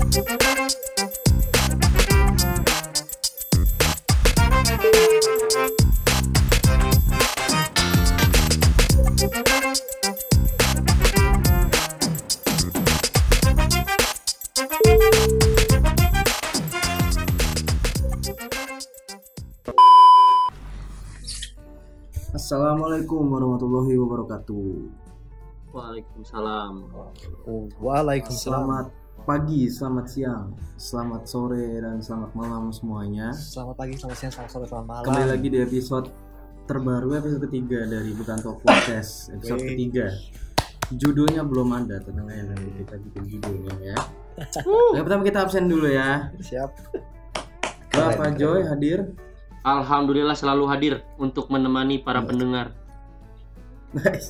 Assalamualaikum warahmatullahi wabarakatuh. Waalaikumsalam. Selamat pagi, selamat siang, selamat sore, dan selamat malam semuanya. Selamat pagi, selamat siang, selamat sore, selamat malam. Kembali lagi di episode terbaru, episode ketiga dari Bukan Talk Podcast. Episode ketiga. Judulnya belum ada, tenang aja nanti kita bikin judulnya ya. Yang pertama kita absen dulu ya. Siap. Bapak Joy hadir. Alhamdulillah selalu hadir untuk menemani para pendengar. Nice.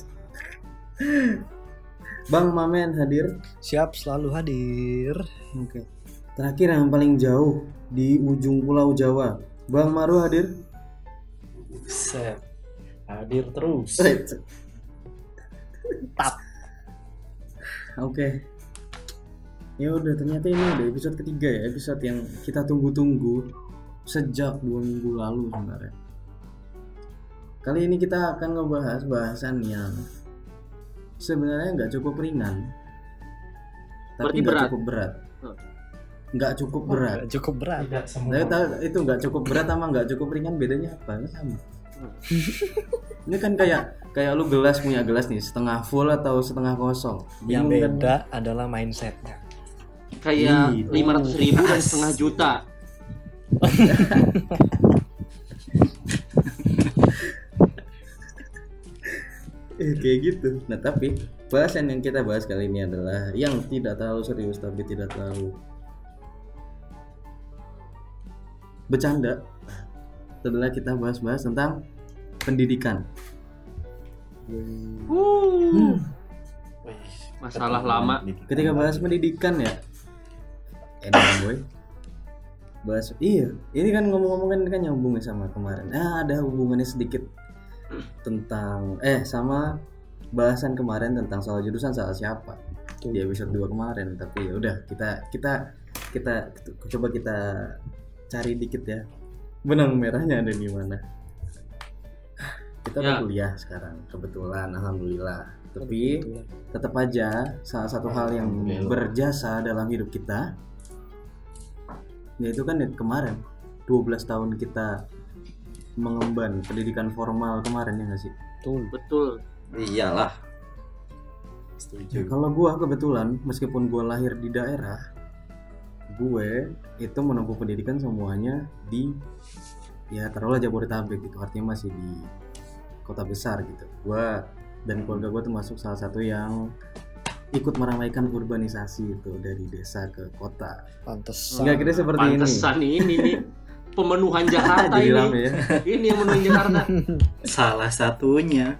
Bang Mamen hadir. Siap, selalu hadir. Oke. Terakhir yang paling jauh di ujung Pulau Jawa, Bang Maru hadir. Set. Hadir terus. Tap. Oke. Ya udah, ternyata ini udah episode ketiga ya, episode yang kita tunggu-tunggu sejak 2 minggu lalu sebenarnya. Kali ini kita akan ngebahas bahasan yang sebenarnya nggak cukup ringan, tapi nggak cukup berat. Nggak cukup berat. Cukup berat. Tidak semua. Saya tahu itu nggak cukup berat sama nggak cukup ringan bedanya apa? Sama. Ini kan kayak lu punya gelas nih, setengah full atau setengah kosong. Yang Bingung beda adalah mindsetnya. Kayak Ih, 500.000 dan setengah juta. Kayak gitu. Nah tapi bahasan yang kita bahas kali ini adalah yang tidak terlalu serius tapi tidak terlalu bercanda. Setelah kita bahas tentang pendidikan. Masalah lama. Ketika bahas pendidikan ya, enak boy. Bahas ini kan ngomong-ngomong kan nyambung sama kemarin. Ada hubungannya sedikit tentang sama bahasan kemarin tentang soal jurusan soal siapa di episode 2 kemarin. Tapi ya udah kita coba kita cari dikit ya, benang merahnya ada di mana. Kita udah kuliah sekarang kebetulan, alhamdulillah. Tapi tetap aja salah satu hal yang berjasa dalam hidup kita yaitu kan kemarin 12 tahun kita mengemban pendidikan formal kemarin, ya nggak sih? Betul. Iyalah. Ya, kalau gue kebetulan meskipun gue lahir di daerah, gue itu menempuh pendidikan semuanya di taruhlah Jabodetabek gitu, artinya masih di kota besar gitu. Gue dan keluarga gue termasuk salah satu yang ikut meramaikan urbanisasi itu dari desa ke kota. Pantesan. Enggak kira seperti Pantesan ini nih pemenuhan Jakarta Jadi ini. rame ya. Ini yang memenuhi Jakarta. Salah satunya.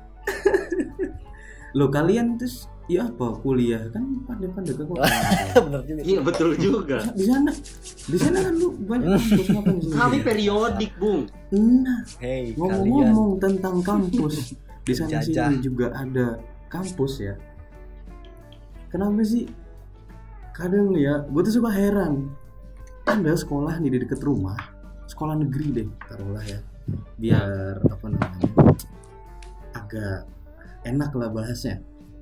Lo kalian terus ya apa kuliah kan pandai-pandai ke kota. Bener juga. Iya betul juga. Di sana kan lu banyak kampus ngapain sih? Kami periodik, Bung. Nah, Hey, ngomong-ngomong tentang kampus, di sana Jajah. sini juga ada kampus ya. Kenapa sih? Kadang ya, gue tuh suka heran. Ada sekolah nih di deket rumah, sekolah negeri deh, taruhlah ya. Biar apa namanya? Agak enak lah bahasnya.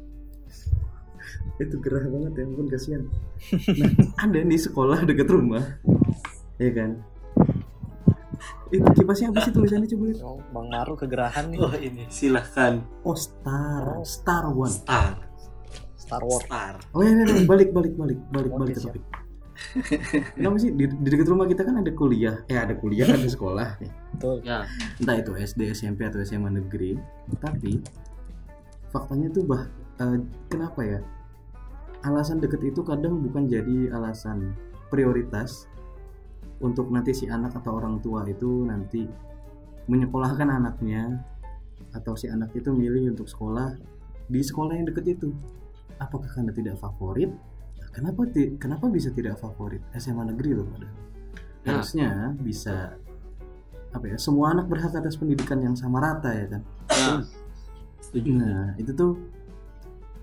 Itu gerah banget ya, ampun kasihan. Nah, ada nih sekolah deket rumah, ya kan? Itu kipasnya apa sih tulisannya coba lihat? Oh, Bang Maru kegerahan nih. Oh ini silahkan. Oh Star One. Star Wars. Oh ya, balik ke Siap. topik. Kenapa sih di dekat rumah kita kan ada kuliah, ada sekolah nih. Betul. Ya. Entah itu SD, SMP atau SMA negeri. Tapi faktanya tuh kenapa ya? Alasan deket itu kadang bukan jadi alasan prioritas untuk nanti si anak atau orang tua itu nanti menyekolahkan anaknya, atau si anak itu milih untuk sekolah di sekolah yang deket itu. Apakah karena tidak favorit? Kenapa bisa tidak favorit? SMA negeri loh padahal. Harusnya bisa semua anak berhak atas pendidikan yang sama rata ya kan. Ya. Nah itu tuh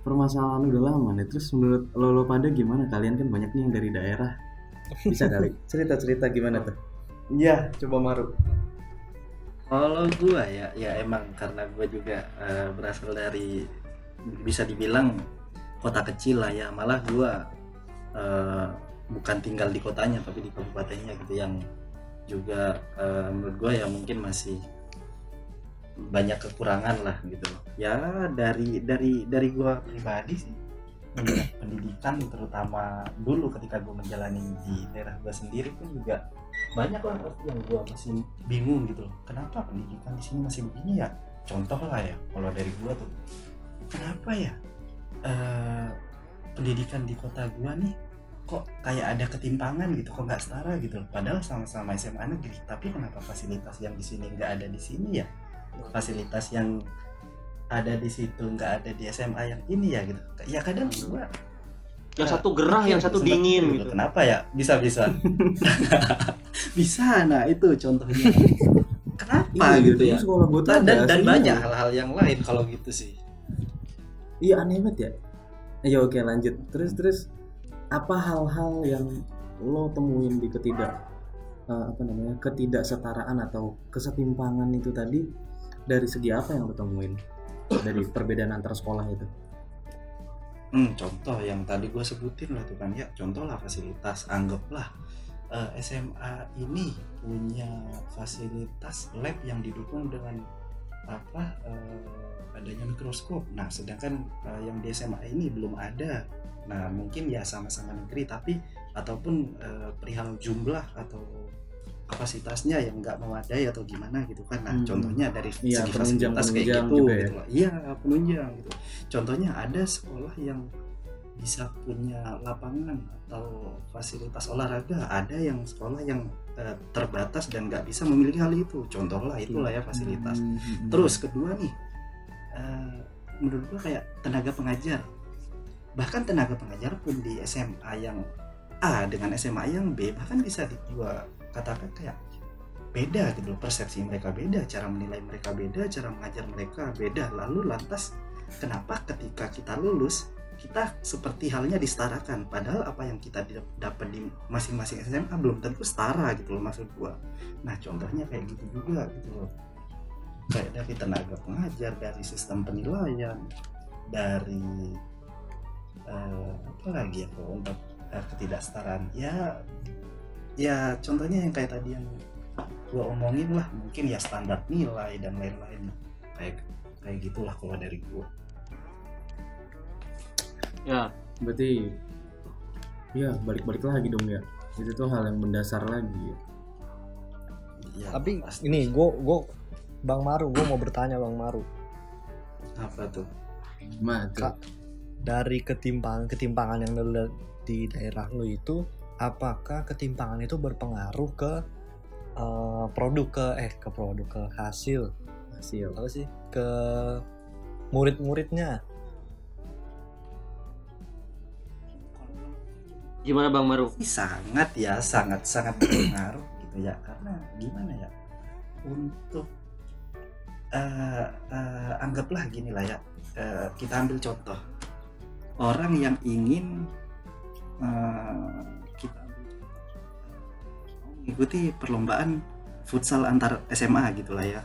permasalahan udah lama nih. Terus menurut lo pada gimana? Kalian kan banyak nih yang dari daerah. Bisa kali cerita-cerita gimana tuh? Iya, coba Maru. Kalau gua ya emang karena gua juga berasal dari bisa dibilang kota kecil lah ya. Malah gua bukan tinggal di kotanya tapi di kabupatennya gitu, yang juga menurut gua ya mungkin masih banyak kekurangan lah gitu loh. Ya dari gua pribadi sih, pendidikan terutama dulu ketika gua menjalani di daerah gua sendiri pun juga banyak lah pasti yang gua masih bingung gitu loh. Kenapa pendidikan di sini masih begini ya? Contoh lah ya, kalau dari gua tuh, kenapa ya pendidikan di kota gua nih kok kayak ada ketimpangan gitu, kok nggak setara gitu loh. Padahal sama-sama SMA negeri, tapi kenapa fasilitas yang di sini nggak ada di sini ya? Fasilitas yang ada di situ nggak ada di SMA yang ini ya gitu. Ya kadang gua Yang satu gerah, yang satu sempet dingin gitu. gitu. Kenapa ya? Bisa. Bisa, nah itu contohnya. Kenapa gitu ya? Sekolah gue tuh Dan banyak hal-hal yang lain kalau gitu sih. Iya, aneh banget ya. Ayo oke lanjut. Terus apa hal-hal yang lo temuin di ketidaksetaraan atau kesetimpangan itu tadi, dari segi apa yang lo temuin dari perbedaan antar sekolah itu? Contoh yang tadi gue sebutin lah tuh kan ya, contoh lah fasilitas. Anggaplah SMA ini punya fasilitas lab yang didukung dengan adanya mikroskop. Nah sedangkan yang di SMA ini belum ada. Nah mungkin ya sama-sama negeri tapi ataupun perihal jumlah atau kapasitasnya yang nggak memadai atau gimana gitu kan. Nah contohnya dari segi fasilitas kayak gitu, ya? gitu loh. Iya, penunjang gitu. Contohnya ada sekolah yang bisa punya lapangan atau fasilitas olahraga, ada yang sekolah yang terbatas dan nggak bisa memiliki hal itu. Contoh lah itulah ya fasilitas. Terus kedua nih, menurut gua kayak tenaga pengajar. Bahkan tenaga pengajar pun di SMA yang A dengan SMA yang B bahkan bisa gua katakan kayak beda gitu loh, persepsi mereka beda, cara menilai mereka beda, cara mengajar mereka beda. Lalu lantas kenapa ketika kita lulus kita seperti halnya disetarakan, padahal apa yang kita dapat di masing-masing SMA belum tentu setara gitu loh maksud gua. Nah contohnya kayak gitu juga gitu loh, kayak dari tenaga pengajar, dari sistem penilaian, dari apa lagi ya kalau untuk ketidaksetaraan ya contohnya yang kayak tadi yang gua omongin lah, mungkin ya standar nilai dan lain-lain kayak gitulah kalau dari gua. Ya, Berarti ya balik lagi dong ya. Itu tuh hal yang mendasar lagi ya. Ya, Tapi pasti. ini gue Bang Maru, gue mau bertanya Bang Maru. Apa tuh? Maka Dari ketimpangan yang ada di daerah lo itu, apakah ketimpangan itu berpengaruh ke ke hasil apa sih, ke murid-muridnya? gimana Bang Maru? Sangat berpengaruh gitu ya, karena gimana ya, untuk anggaplah gini lah ya, kita ambil contoh orang yang ingin kita mengikuti perlombaan futsal antar SMA gitulah ya.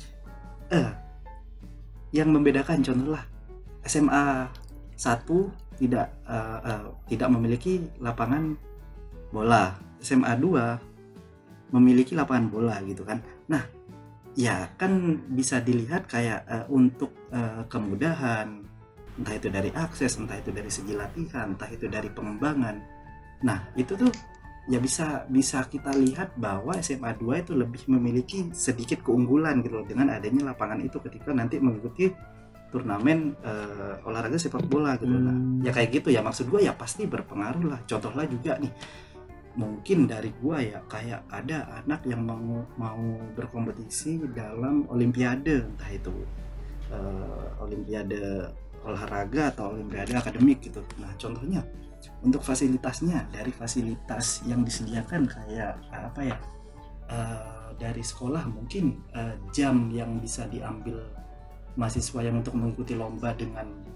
Yang membedakan contohlah SMA 1 tidak memiliki lapangan bola, SMA 2 memiliki lapangan bola gitu kan. Nah ya kan bisa dilihat kayak untuk kemudahan, entah itu dari akses, entah itu dari segi latihan, entah itu dari pengembangan. Nah itu tuh ya bisa kita lihat bahwa SMA 2 itu lebih memiliki sedikit keunggulan gitu loh, dengan adanya lapangan itu ketika nanti mengikuti turnamen olahraga sepak bola gitu. Nah ya kayak gitu ya, maksud gue ya pasti berpengaruh lah. Contohnya juga nih, mungkin dari gue ya, kayak ada anak yang mau berkompetisi dalam olimpiade, entah itu olimpiade olahraga atau olimpiade akademik gitu. Nah contohnya untuk fasilitasnya, dari fasilitas yang disediakan kayak apa ya, dari sekolah mungkin jam yang bisa diambil mahasiswa yang untuk mengikuti lomba dengan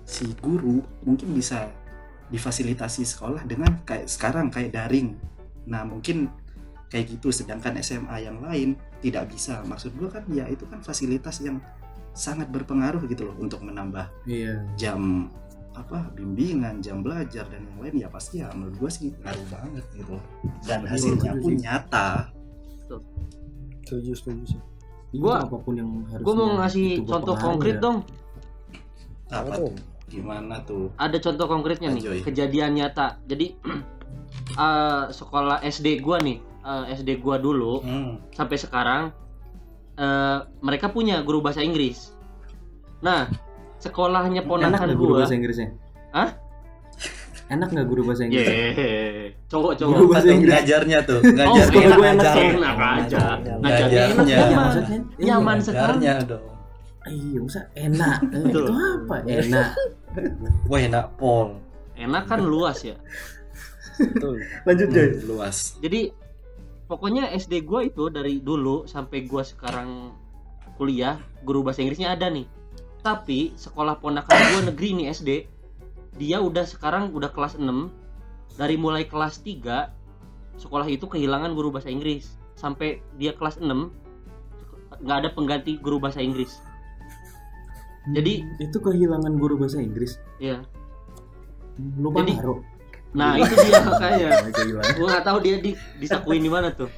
si guru mungkin bisa difasilitasi sekolah dengan kayak sekarang kayak daring. Nah mungkin kayak gitu, sedangkan SMA yang lain tidak bisa. Maksud gue kan ya itu kan fasilitas yang sangat berpengaruh gitu loh untuk menambah Iya. jam bimbingan, jam belajar dan yang lain, ya pasti ya menurut gue sih ngaruh banget gitu. Dan hasilnya pun nyata. Setuju sih. Itu Gua- apapun yang harus. Gue mau ngasih contoh konkret dong. Apa tuh? tuh? Gimana tuh? Ada contoh konkretnya nih, Enjoy. kejadian nyata. Jadi sekolah SD gua nih, SD gua dulu sampai sekarang mereka punya guru bahasa Inggris. Nah, sekolahnya Enak ponakan nggak guru gua. bahasa Inggrisnya? Hah? Enak nggak guru bahasa Inggris? Cowok. Guru bahasa Inggris. Ngajarnya tuh, Oh, ngajarnya. enak gue aja, enak. enak aja. Ngajarnya. Ngajarnya enak Ngajarnya. nyaman. Maksudnya, Nyaman sekali. Ngajarnya dong. Iya, masa enak. Betul. Itu apa? Enak. Wah enak pol. Enak kan luas ya. Betul. Lanjut Joy. Luas. Jadi pokoknya SD gua itu dari dulu sampai gua sekarang kuliah, guru bahasa Inggrisnya ada nih. Tapi sekolah ponakan gua negeri nih SD, dia sekarang udah kelas 6. Dari mulai kelas 3 sekolah itu kehilangan guru bahasa Inggris. Sampai dia kelas 6 nggak ada pengganti guru bahasa Inggris. Jadi itu kehilangan guru bahasa Inggris. ya. Lupa Jadi- naruh. Nah, itu dia makanya. Kehilangan. Gua nggak tahu dia disakuin di mana tuh.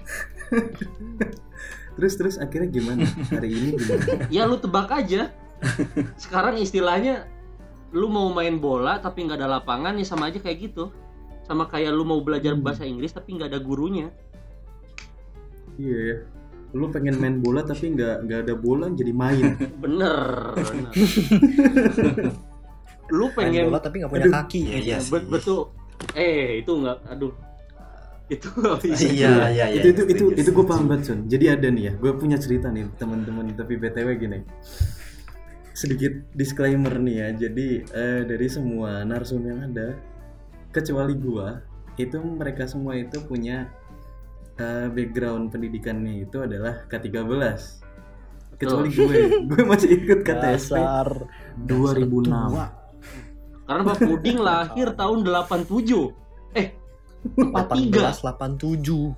Terus akhirnya gimana? Hari ini gimana? Ya lu tebak aja. Sekarang istilahnya lu mau main bola tapi nggak ada lapangan, ya sama aja kayak gitu. Sama kayak lu mau belajar bahasa Inggris tapi nggak ada gurunya. Iya ya. Lu pengen main bola tapi nggak ada bola jadi main. Bener. Lu Main pengen bola tapi nggak punya Aduh. kaki. Iya sih. betul. Itu nggak, aduh. Itu nggak bisa. Iya. itu gue paham banget Sun. Jadi ada nih ya, gue punya cerita nih teman-teman, tapi BTW gini. Sedikit disclaimer nih ya. Jadi dari semua narsum yang ada, kecuali gue, itu mereka semua itu punya background pendidikannya itu adalah K13. Kecuali gue masih ikut KTSP Dasar 2006. tua. Karena Bapak Puding lahir tahun 87. 43. 1887.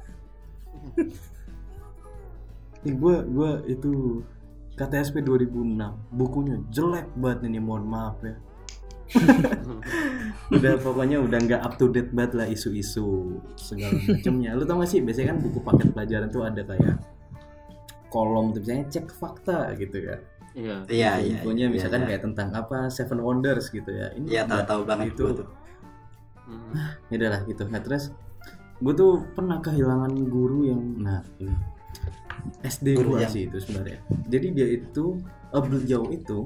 Nih gue itu KTSP 2006, bukunya jelek banget ini, mohon maaf ya. Udah pokoknya udah nggak up to date banget lah isu-isu segala macamnya. Lu tau gak sih biasanya kan buku paket pelajaran tuh ada kayak kolom tuh misalnya cek fakta gitu ya. Iya. Iya. Infonya misalkan kayak tentang apa Seven Wonders gitu ya. Ini Iya tahu banget itu. gua tuh. Ya udah lah gitu. Nah terus gue tuh pernah kehilangan guru yang ini SD Guru gue yang- sih itu sebenarnya. Jadi dia itu beliau itu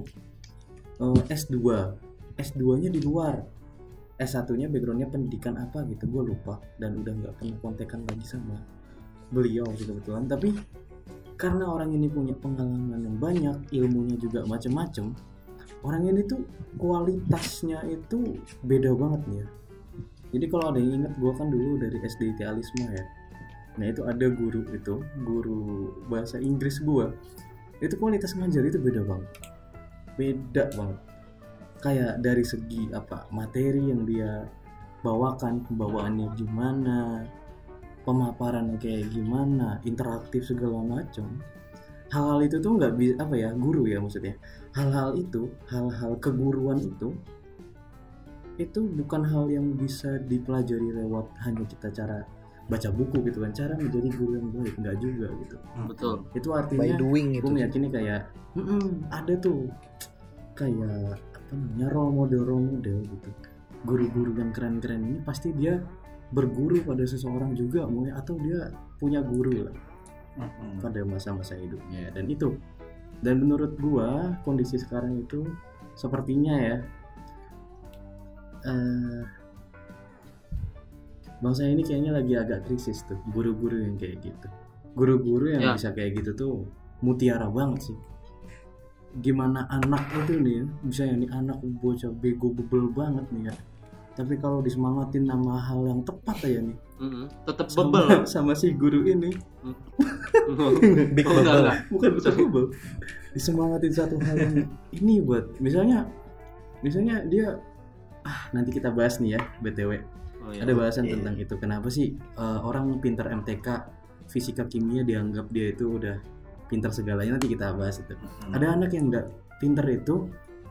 S2-nya di luar, S1-nya backgroundnya pendidikan apa gitu gue lupa, dan udah nggak pernah kontekan lagi sama beliau gitu kebetulan. Tapi karena orang ini punya pengalaman yang banyak, ilmunya juga macem-macem, orang ini tuh kualitasnya itu beda banget nih ya. Jadi kalau ada yang ingat, gue kan dulu dari SD Alisma ya. Nah itu ada guru bahasa Inggris gue. Itu kualitas ngajar itu beda banget. Kayak dari segi materi yang dia bawakan, pembawaannya gimana, pemaparannya kayak gimana, interaktif segala macam. Hal-hal itu tuh nggak bisa guru ya maksudnya. Hal-hal keguruan itu bukan hal yang bisa dipelajari lewat hanya kita cara baca buku gitu kan, cara menjadi guru yang baik, nggak juga gitu. Betul. Itu By artinya doing gue itu. meyakini kayak ada tuh kayak role model gitu. Guru-guru yang keren-keren ini pasti dia berguru pada seseorang juga atau dia punya guru lah pada masa-masa hidupnya. Dan menurut gua kondisi sekarang itu sepertinya ya bangsa ini kayaknya lagi agak krisis tuh, guru-guru yang kayak gitu. Guru-guru yang bisa kayak gitu tuh mutiara banget sih. Gimana anak itu nih ya, misalnya nih anak bocah bego bebel banget nih ya, tapi kalau disemangatin sama hal yang tepat aja nih, Tetap bebel. sama si guru ini, Big Oh, enggak. bukan bebel, disemangatin satu hal yang ini buat misalnya Misalnya dia nanti kita bahas nih ya BTW. Oh, iya. Ada bahasan Oke. tentang itu. Kenapa sih orang pintar MTK fisika kimia dianggap dia itu udah pintar segalanya, nanti kita bahas itu. Ada anak yang nggak pintar itu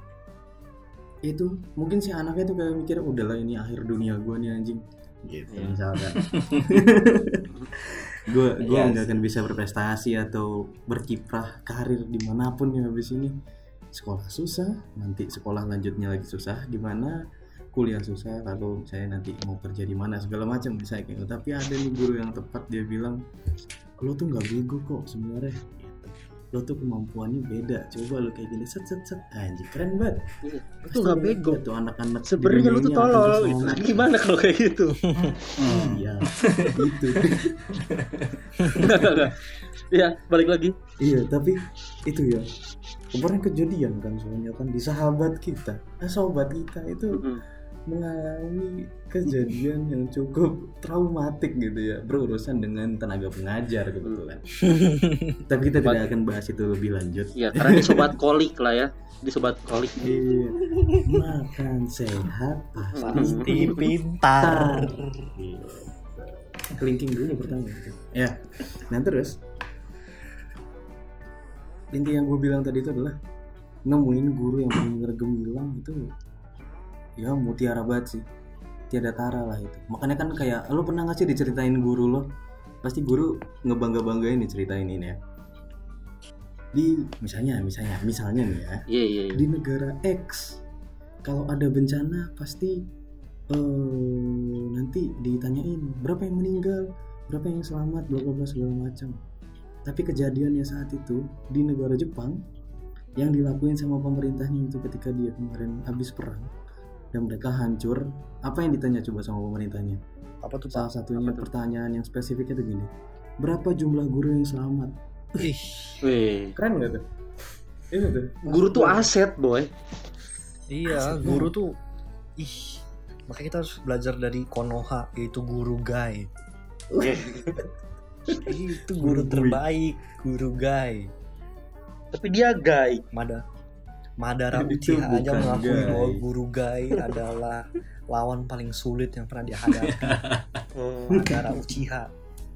mungkin si anaknya tuh kayak mikir udahlah ini akhir dunia gue nih anjing gitu Iya. misalkan. gue Iya nggak sih. akan bisa berprestasi atau berkiprah karir dimanapun ya habis ini. Sekolah susah, nanti sekolah lanjutnya lagi susah, gimana kuliah susah, lalu saya nanti mau kerja di mana segala macam bisa kayak gitu. Tapi ada nih guru yang tepat, dia bilang lo tuh nggak bego kok sebenarnya gitu. Lo tuh kemampuannya beda, coba lo kayak gini set anjing keren banget. Itu nggak bego. Tuh anak-anak Sebenarnya lu tuh di dunia tolol akan gitu. tersemangat. Gimana kalau kayak gitu? Iya gitu. Enggak. Ya, balik lagi. Iya, tapi itu ya kemarin kejadian kan soalnya kan di sobat kita itu mengalami kejadian yang cukup traumatik gitu ya, berurusan dengan tenaga pengajar kebetulan. Tapi kita tidak akan bahas itu lebih lanjut. Ya, karena ini sobat kolik lah ya. Di sobat kolik. Iya. Makan sehat Pasti pintar. Gitu. Kelingking dulu pertama gitu. Ya. Nah terus inti yang gue bilang tadi itu adalah nemuin guru yang benar-benar gemilang itu ya mutiara banget sih, tiada tara lah itu. Makanya kan kayak lo pernah nggak sih diceritain guru lo, pasti guru ngebangga-banggain diceritain ini ya. Di misalnya nih ya, Iya. di negara X kalau ada bencana pasti nanti ditanyain berapa yang meninggal, berapa yang selamat, bla bla bla segala macam. Tapi kejadiannya saat itu di negara Jepang yang dilakuin sama pemerintahnya itu ketika dia kemarin habis perang dan mereka hancur, apa yang ditanya coba sama pemerintahnya? Apa tuh Salah Pak? satunya pertanyaan yang spesifiknya tuh gini, berapa jumlah guru yang selamat? Ih, Wih. Keren gak tuh? Itu tuh. Guru tuh aset, boy. iya, guru tuh makanya kita harus belajar dari Konoha, yaitu guru Gai. Itu guru terbaik, guru Gai. Tapi dia gay. Madara Itu Uchiha aja bukan mengakui Gai. bahwa guru Gai adalah lawan paling sulit yang pernah dihadapi. Madara Uchiha.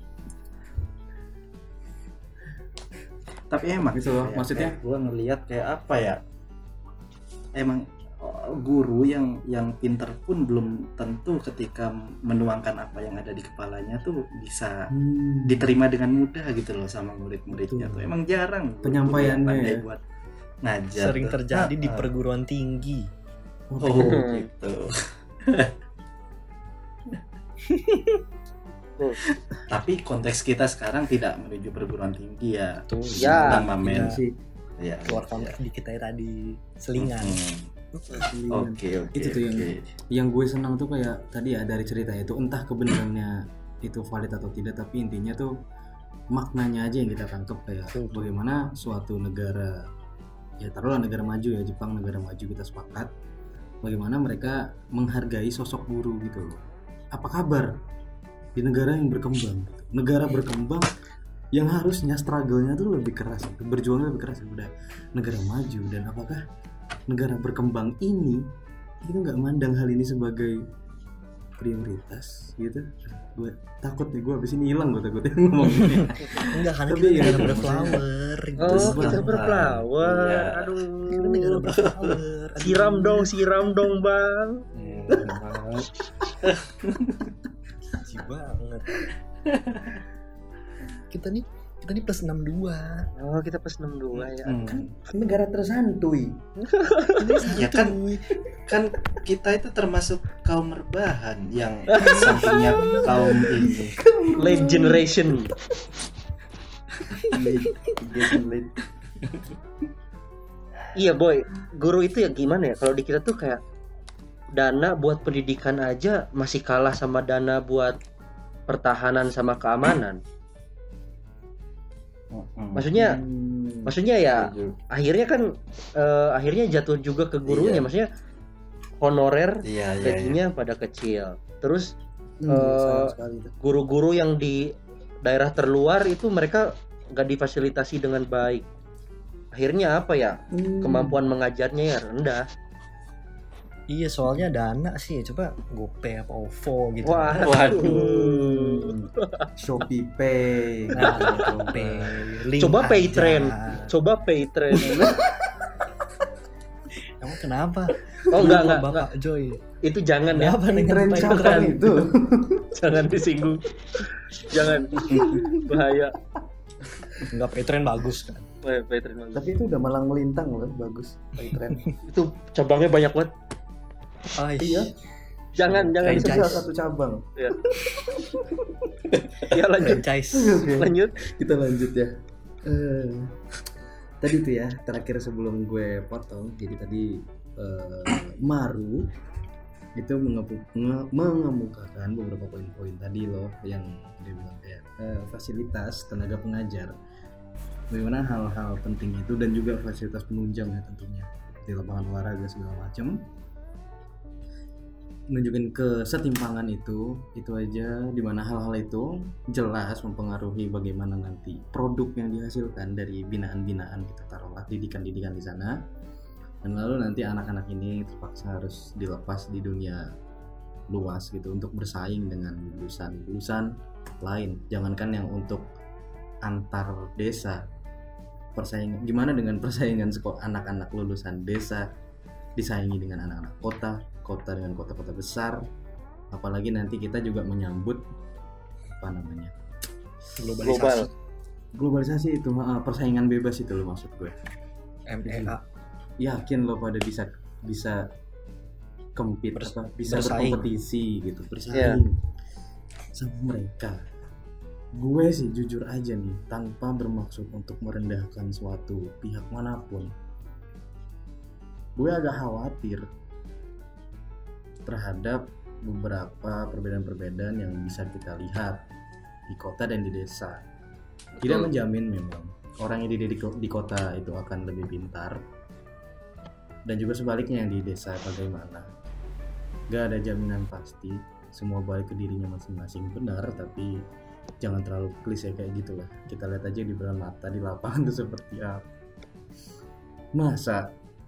Tapi emang Gitu loh, maksudnya? gue ngelihat kayak apa ya, emang guru yang pinter pun belum tentu ketika menuangkan apa yang ada di kepalanya tuh bisa diterima dengan mudah gitu loh sama murid-muridnya. Betul. Tuh emang jarang guru Penyampaiannya yang pandai ya. buat ngajar Sering tuh. terjadi di perguruan tinggi. Oh gitu. Tapi konteks kita sekarang tidak menuju perguruan tinggi ya. Tuh, Ya, Bang Mamen. sih. Ya, keluar konteks dikit aja tadi, selingan. Oke. Itu tuh yang gue senang tuh kayak tadi ya dari cerita itu, entah kebenarannya itu valid atau tidak, tapi intinya tuh maknanya aja yang kita tangkap kayak bagaimana suatu negara, ya taruhlah negara maju ya, Jepang negara maju, kita sepakat bagaimana mereka menghargai sosok guru gitu loh. Apa kabar di negara yang berkembang gitu. Negara berkembang yang harusnya struggle-nya tuh lebih keras, berjuangnya lebih keras daripada negara maju. Dan apakah negara berkembang ini itu nggak mandang hal ini sebagai prioritas gitu? Gue takut nih, gue abis ini hilang, gue takutnya ngomongnya. Enggak, karena Tapi kita ya, negara berflower gitu. Oh, Bang. kita berflower. Iya. Kita negara Aduh. berflower. Siram dong, Bang. Jijik banget. Kita nih plus 62. Oh, kita plus 62 ya. Negara tersantuy. Ya kan kita itu termasuk kaum rebahan yang sampingnya kaum ini. Late generation. Iya, boy. Guru itu ya gimana ya? Kalau di kita tuh kayak dana buat pendidikan aja masih kalah sama dana buat pertahanan sama keamanan. Maksudnya ya akhirnya kan akhirnya jatuh juga ke gurunya. Iya. Maksudnya honorer Iya. gajinya pada kecil. Terus Sayang sekali itu. guru-guru yang di daerah terluar itu mereka nggak difasilitasi dengan baik. Akhirnya apa ya, kemampuan mengajarnya ya rendah. Iya, soalnya dana sih. Coba GoPay apa OVO gitu. Waduh. Shopee Pay. Nah, GoPay. Link Coba aja. Paytrend. Coba Paytrend. Kamu kenapa? Oh enggak. Bapak Joy. Itu jangan ya. Kenapa dengan Tren Paytrend? cabang itu. Jangan disinggung. Jangan. Bahaya. Enggak, Paytrend bagus kan. Paytrend bagus. Tapi itu udah malang melintang loh, bagus. Tren. Itu cabangnya banyak banget. Iya. Jangan Franchise. Itu salah satu cabang. Ya lanjut. Franchise. Oke. Lanjut. Kita lanjut ya. Tadi tuh ya terakhir sebelum gue potong, jadi tadi Maru itu mengemukakan beberapa poin-poin tadi loh yang dia bilang kayak fasilitas tenaga pengajar, bagaimana hal-hal penting itu, dan juga fasilitas penunjang ya tentunya di lapangan olahraga segala macam, menunjukkan kesetimpangan itu aja, dimana hal-hal itu jelas mempengaruhi bagaimana nanti produk yang dihasilkan dari binaan-binaan, kita taruhlah didikan-didikan di sana, dan lalu nanti anak-anak ini terpaksa harus dilepas di dunia luas gitu untuk bersaing dengan lulusan lain. Jangankan yang untuk antar desa, persaingan gimana dengan persaingan anak-anak lulusan desa disaingi dengan anak-anak kota dengan kota-kota besar, apalagi nanti kita juga menyambut globalisasi itu, persaingan bebas itu loh maksud gue. MEA. Yakin lo pada bisa compete, bisa bersaing. berkompetisi gitu, bersaing sama mereka. Gue sih jujur aja nih, tanpa bermaksud untuk merendahkan suatu pihak manapun, gue agak khawatir terhadap beberapa perbedaan-perbedaan yang bisa kita lihat di kota dan di desa. Tidak menjamin memang orang yang di kota itu akan lebih pintar, dan juga sebaliknya yang di desa bagaimana. Gak ada jaminan pasti, semua balik ke dirinya masing-masing, benar, tapi jangan terlalu klise kayak gitulah. Kita lihat aja di depan mata di lapangan itu seperti apa. Masa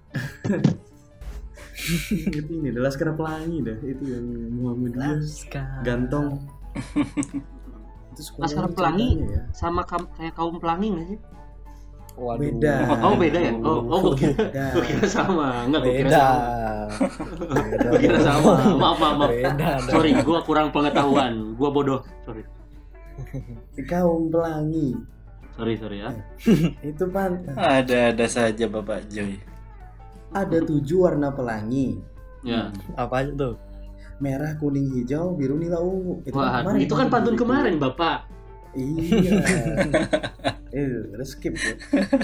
ini adalah Laskar Pelangi dah, itu yang Muhammadiyah gantong. Itu Laskar Pelangi ya? Sama kayak kaum pelangi nggak sih? Waduh. Beda. Oh beda ya? Oh gue kira sama. Enggak, gue kira Beda. sama. Gue kira sama. Maaf. Beda. Sorry, gue kurang pengetahuan. Gue bodoh. Sorry. Kaum pelangi. Sorry ya. Itu pan Ada saja Bapak Joy. ada 7 warna pelangi. Ya. Apa aja tuh? Merah, kuning, hijau, biru, nila, ungu. Wah, itu kan pantun kemarin, Bapak. Iya. Udah skip ya.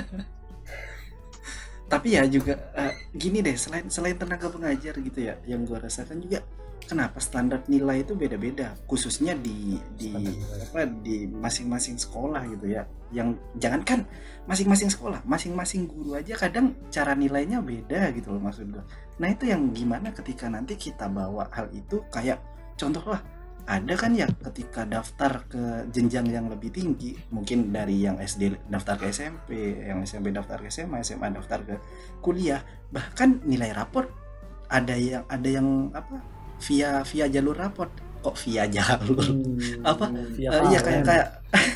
Tapi ya juga gini deh, selain tenaga pengajar gitu ya, yang gua rasakan juga kenapa standar nilai itu beda-beda, khususnya di masing-masing sekolah gitu ya. Yang jangankan masing-masing sekolah, masing-masing guru aja kadang cara nilainya beda gitu loh maksud gua. Nah itu yang gimana ketika nanti kita bawa hal itu, kayak contoh lah, ada kan ya ketika daftar ke jenjang yang lebih tinggi, mungkin dari yang SD daftar ke SMP, yang SMP daftar ke SMA, SMA daftar ke kuliah, bahkan nilai raport ada yang apa via jalur raport. Kok via jalur apa iya kayak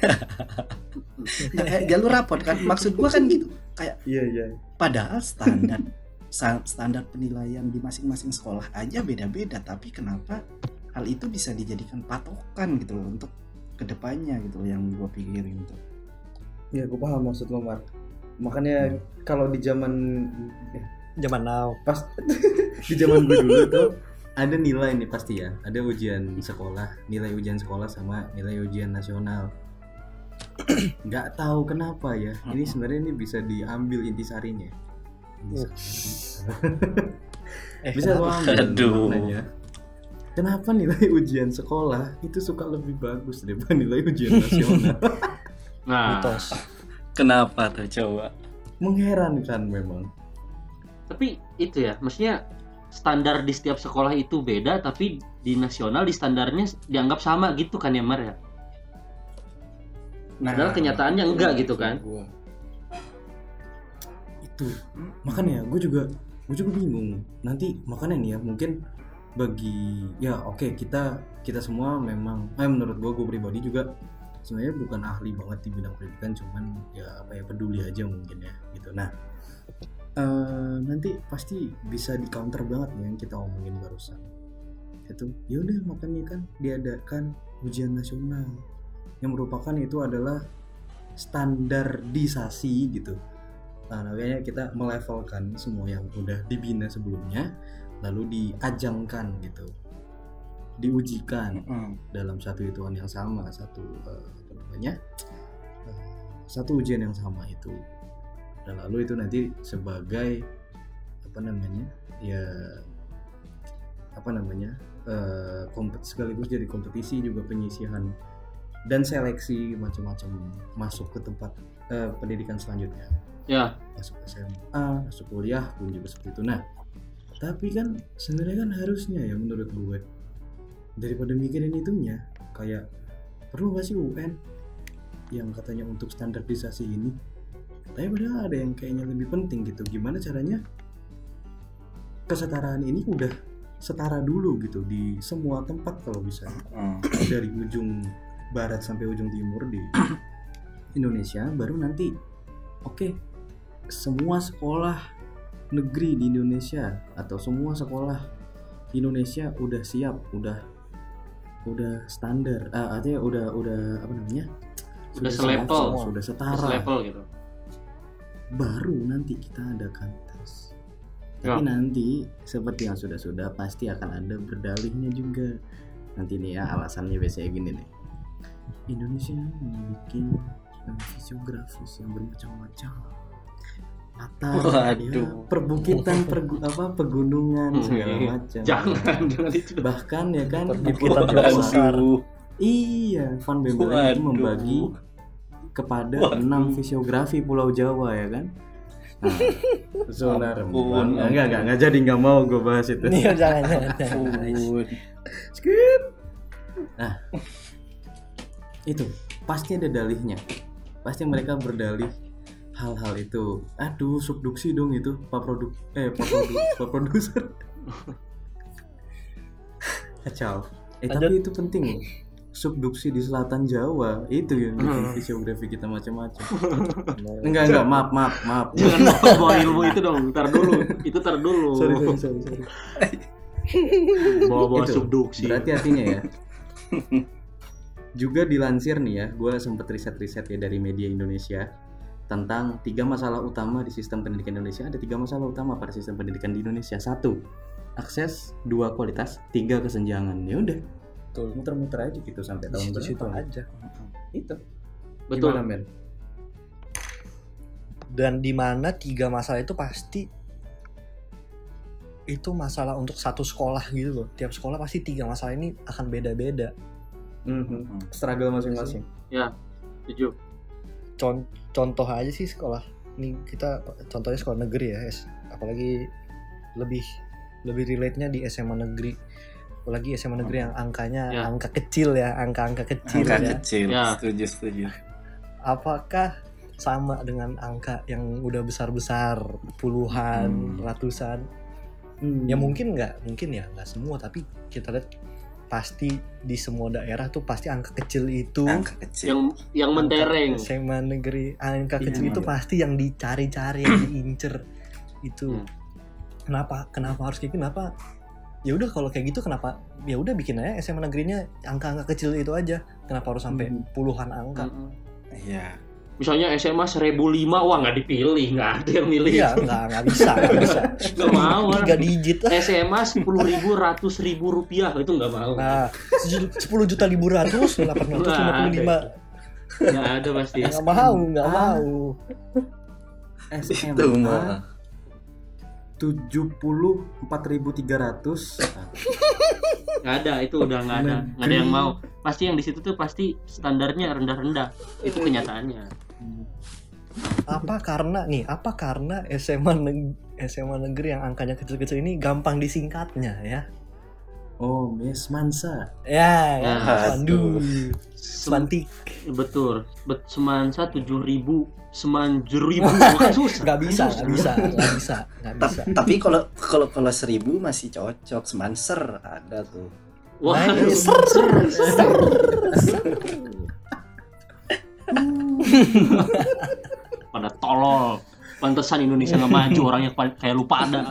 kayak jalur raport kan, maksud gua kan gitu, kayak Iya. padahal standar penilaian di masing-masing sekolah aja beda-beda, tapi kenapa hal itu bisa dijadikan patokan gitu loh untuk kedepannya gitu loh, yang gue pikirin tuh. Ya, gue paham maksud lo, Mar. Makanya kalau di zaman now pas di zaman gue dulu tuh ada nilai nih pasti ya, ada ujian sekolah, nilai ujian sekolah sama nilai ujian nasional. Nggak tahu kenapa ya, ini sebenarnya ini bisa diambil intisarinya. Bisa gue ambil. Aduh. Maknanya. Kenapa nilai ujian sekolah itu suka lebih bagus daripada nilai ujian nasional? Nah, mitos. Kenapa tuh coba? Mengherankan memang. tapi itu ya, maksudnya standar di setiap sekolah itu beda, tapi di nasional di standarnya dianggap sama gitu kan ya, Mar ya? Padahal kenyataannya enggak gitu kan? Itu makanya gue juga gue juga bingung. Nanti makanya nih ya, mungkin bagi ya oke, kita semua memang menurut gue pribadi juga sebenarnya bukan ahli banget di bidang pendidikan, cuman ya apa ya, peduli aja mungkin ya gitu. Nah nanti pasti bisa di counter banget nih yang kita omongin barusan itu. Ya udah, makanya kan diadakan ujian nasional yang merupakan itu adalah standarisasi gitu. Nah, makanya kita melevelkan semua yang udah dibina sebelumnya, lalu diajangkan gitu, diujikan dalam satu hitungan yang sama, satu satu ujian yang sama itu. Dan lalu itu nanti sebagai sekaligus jadi kompetisi juga, penyisihan dan seleksi macam-macam masuk ke tempat pendidikan selanjutnya. Ya. Masuk SMA, masuk kuliah pun juga seperti itu. Nah, tapi kan sebenarnya kan harusnya ya menurut gue, daripada mikirin itunya, kayak perlu nggak sih UN yang katanya untuk standarisasi ini? Tapi padahal ada yang kayaknya lebih penting gitu. Gimana caranya kesetaraan ini udah setara dulu gitu di semua tempat kalau bisa, dari ujung barat sampai ujung timur di Indonesia. Baru nanti semua sekolah negeri di Indonesia atau semua sekolah di Indonesia udah siap, udah standar, artinya udah Sudah selevel, sudah setara, selevel gitu. Baru nanti kita adakan tes. Tapi nanti seperti yang sudah pasti akan ada berdalihnya juga. Nanti nih ya, alasannya biasanya gini nih. Indonesia memiliki fisiografis yang bermacam-macam. Latar, ya, perbukitan, pegunungan segala macam. Jangan itu. Bahkan ya kan di Perbukitan Pulau Jawa. besar. Iya, Van Bemmelen itu membagi kepada 6 fisiografi Pulau Jawa ya kan. Nah, zona rembang. Enggak jadi, nggak mau gue bahas itu. Nih jangan. Skip. Nah, itu pasti ada dalihnya. Pasti mereka berdalih hal-hal itu. Aduh, subduksi dong itu, Pak Produser. Kacau. Tapi itu penting loh. Subduksi di selatan Jawa itu yang bikin fisiografi kita macam-macam. Enggak, maaf. Jangan bawa ilmu itu dong. Tar dulu. Sorry. Bawa Itu, subduksi. berarti artinya ya. Juga dilansir nih ya, gue sempet riset ya dari media Indonesia tentang 3 masalah utama di sistem pendidikan Indonesia. Ada 3 masalah utama pada sistem pendidikan di Indonesia. 1, akses. 2, kualitas. 3, kesenjangan. Ya udah, muter-muter aja gitu sampai tahun Situ berapa aja. itu. Betul. Gimana, Men? Dan di mana 3 masalah itu pasti itu masalah untuk satu sekolah gitu loh. Tiap sekolah pasti 3 masalah ini akan beda-beda. Struggle masing-masing. Ya, setuju. Contoh aja sih sekolah. Ini kita contohnya sekolah negeri ya, apalagi lebih relate-nya di SMA negeri. Apalagi SMA negeri yang angkanya angka kecil ya, angka kecil ya. Ya. Setuju. Apakah sama dengan angka yang udah besar-besar, puluhan, ratusan? Ya mungkin nggak semua, tapi kita lihat pasti di semua daerah tuh pasti angka kecil itu. Angka kecil. Yang mentereng. SMA negeri angka kecil itu pasti yang dicari-cari, yang diincer itu. Kenapa harus kayak kenapa? Ya udah kalau kayak gitu kenapa? Ya udah bikin aja SMA negerinya angka-angka kecil itu aja. Kenapa harus sampai puluhan angka? Iya. Misalnya SMA 1005, wah nggak dipilih, nggak ada yang milih. Iya, nggak bisa. Nggak mau. 3 digit. SMA 10.000, 100.000 rupiah itu nggak mau. Nah, 10.500.855. Nggak ada pasti. Nggak mau. SMA 74.300. Nggak ada, itu udah nggak ada yang mau. Pasti yang di situ tuh pasti standarnya rendah-rendah. Itu kenyataannya. Apa karena SMA negeri yang angkanya kecil-kecil ini gampang disingkatnya ya? Oh, Mesmansa. Ya, Ya. Pandu. Sem- Semantik. betul. Semansa 7.000, semanjeribu. Wah, susah. Nggak bisa. Tapi kalau 1000 masih cocok. Semanser ada tuh. Wah, Nice. pada tolol. Pantesan Indonesia nggak maju, orangnya kayak lu pada.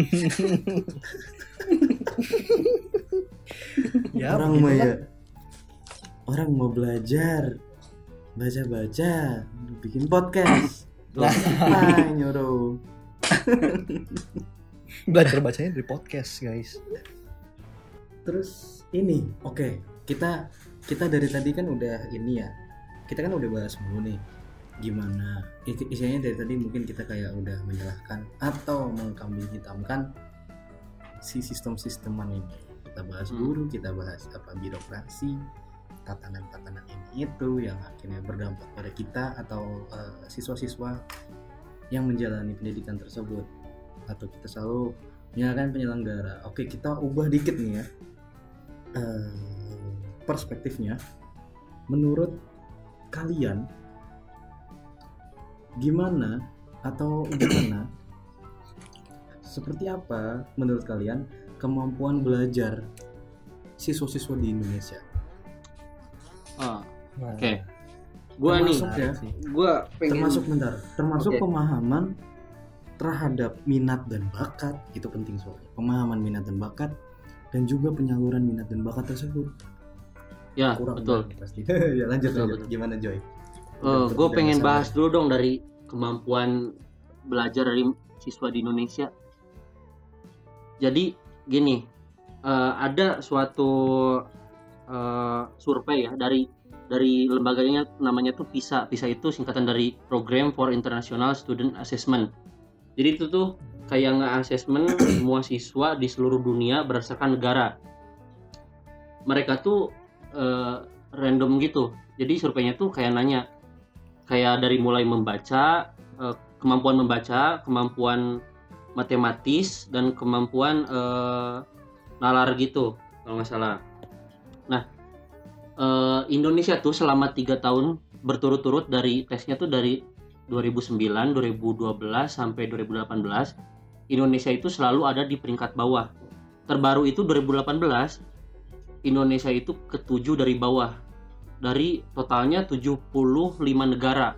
Ya, Orang mau begitulah. ya. Orang mau belajar, baca-baca, bikin podcast. Apa nyuruh? Belajar bacanya dari podcast, guys. Terus ini, oke, kita dari tadi kan udah ini ya. Kita kan udah bahas mulu nih. Gimana? Isinya dari tadi mungkin kita kayak udah menyalahkan atau mengkambing hitamkan si sistem-sisteman ini. Kita bahas guru, kita bahas apa birokrasi, tatanan-tatanan ini itu yang akhirnya berdampak pada kita atau siswa-siswa yang menjalani pendidikan tersebut, atau kita selalu menyalahkan penyelenggara. Oke, kita ubah dikit nih ya perspektifnya. Menurut kalian gimana seperti apa menurut kalian kemampuan belajar siswa-siswa di Indonesia? Oke. Gua nih, Termasuk ya, gua pengen termasuk Oke. pemahaman terhadap minat dan bakat, itu penting soalnya. Pemahaman minat dan bakat dan juga penyaluran minat dan bakat tersebut. ya, Kurang betul. banget pasti. Ya lanjut. Betul. Gimana Joy? Gue Tidak pengen sabar. bahas dulu dong dari kemampuan belajar dari siswa di Indonesia. Jadi gini, ada suatu survei ya dari lembaganya, namanya tuh PISA. PISA itu singkatan dari Program for International Student Assessment. Jadi itu tuh kayak nge-assessment semua siswa di seluruh dunia berdasarkan negara. Mereka tuh random gitu. Jadi surveinya tuh kayak nanya, kayak dari mulai membaca, kemampuan membaca, kemampuan matematis, dan kemampuan nalar gitu kalau nggak salah. Nah, Indonesia tuh selama 3 tahun berturut-turut dari tesnya tuh dari 2009, 2012 sampai 2018, Indonesia itu selalu ada di peringkat bawah. Terbaru itu 2018, Indonesia itu ke-7 dari bawah. Dari totalnya 75 negara.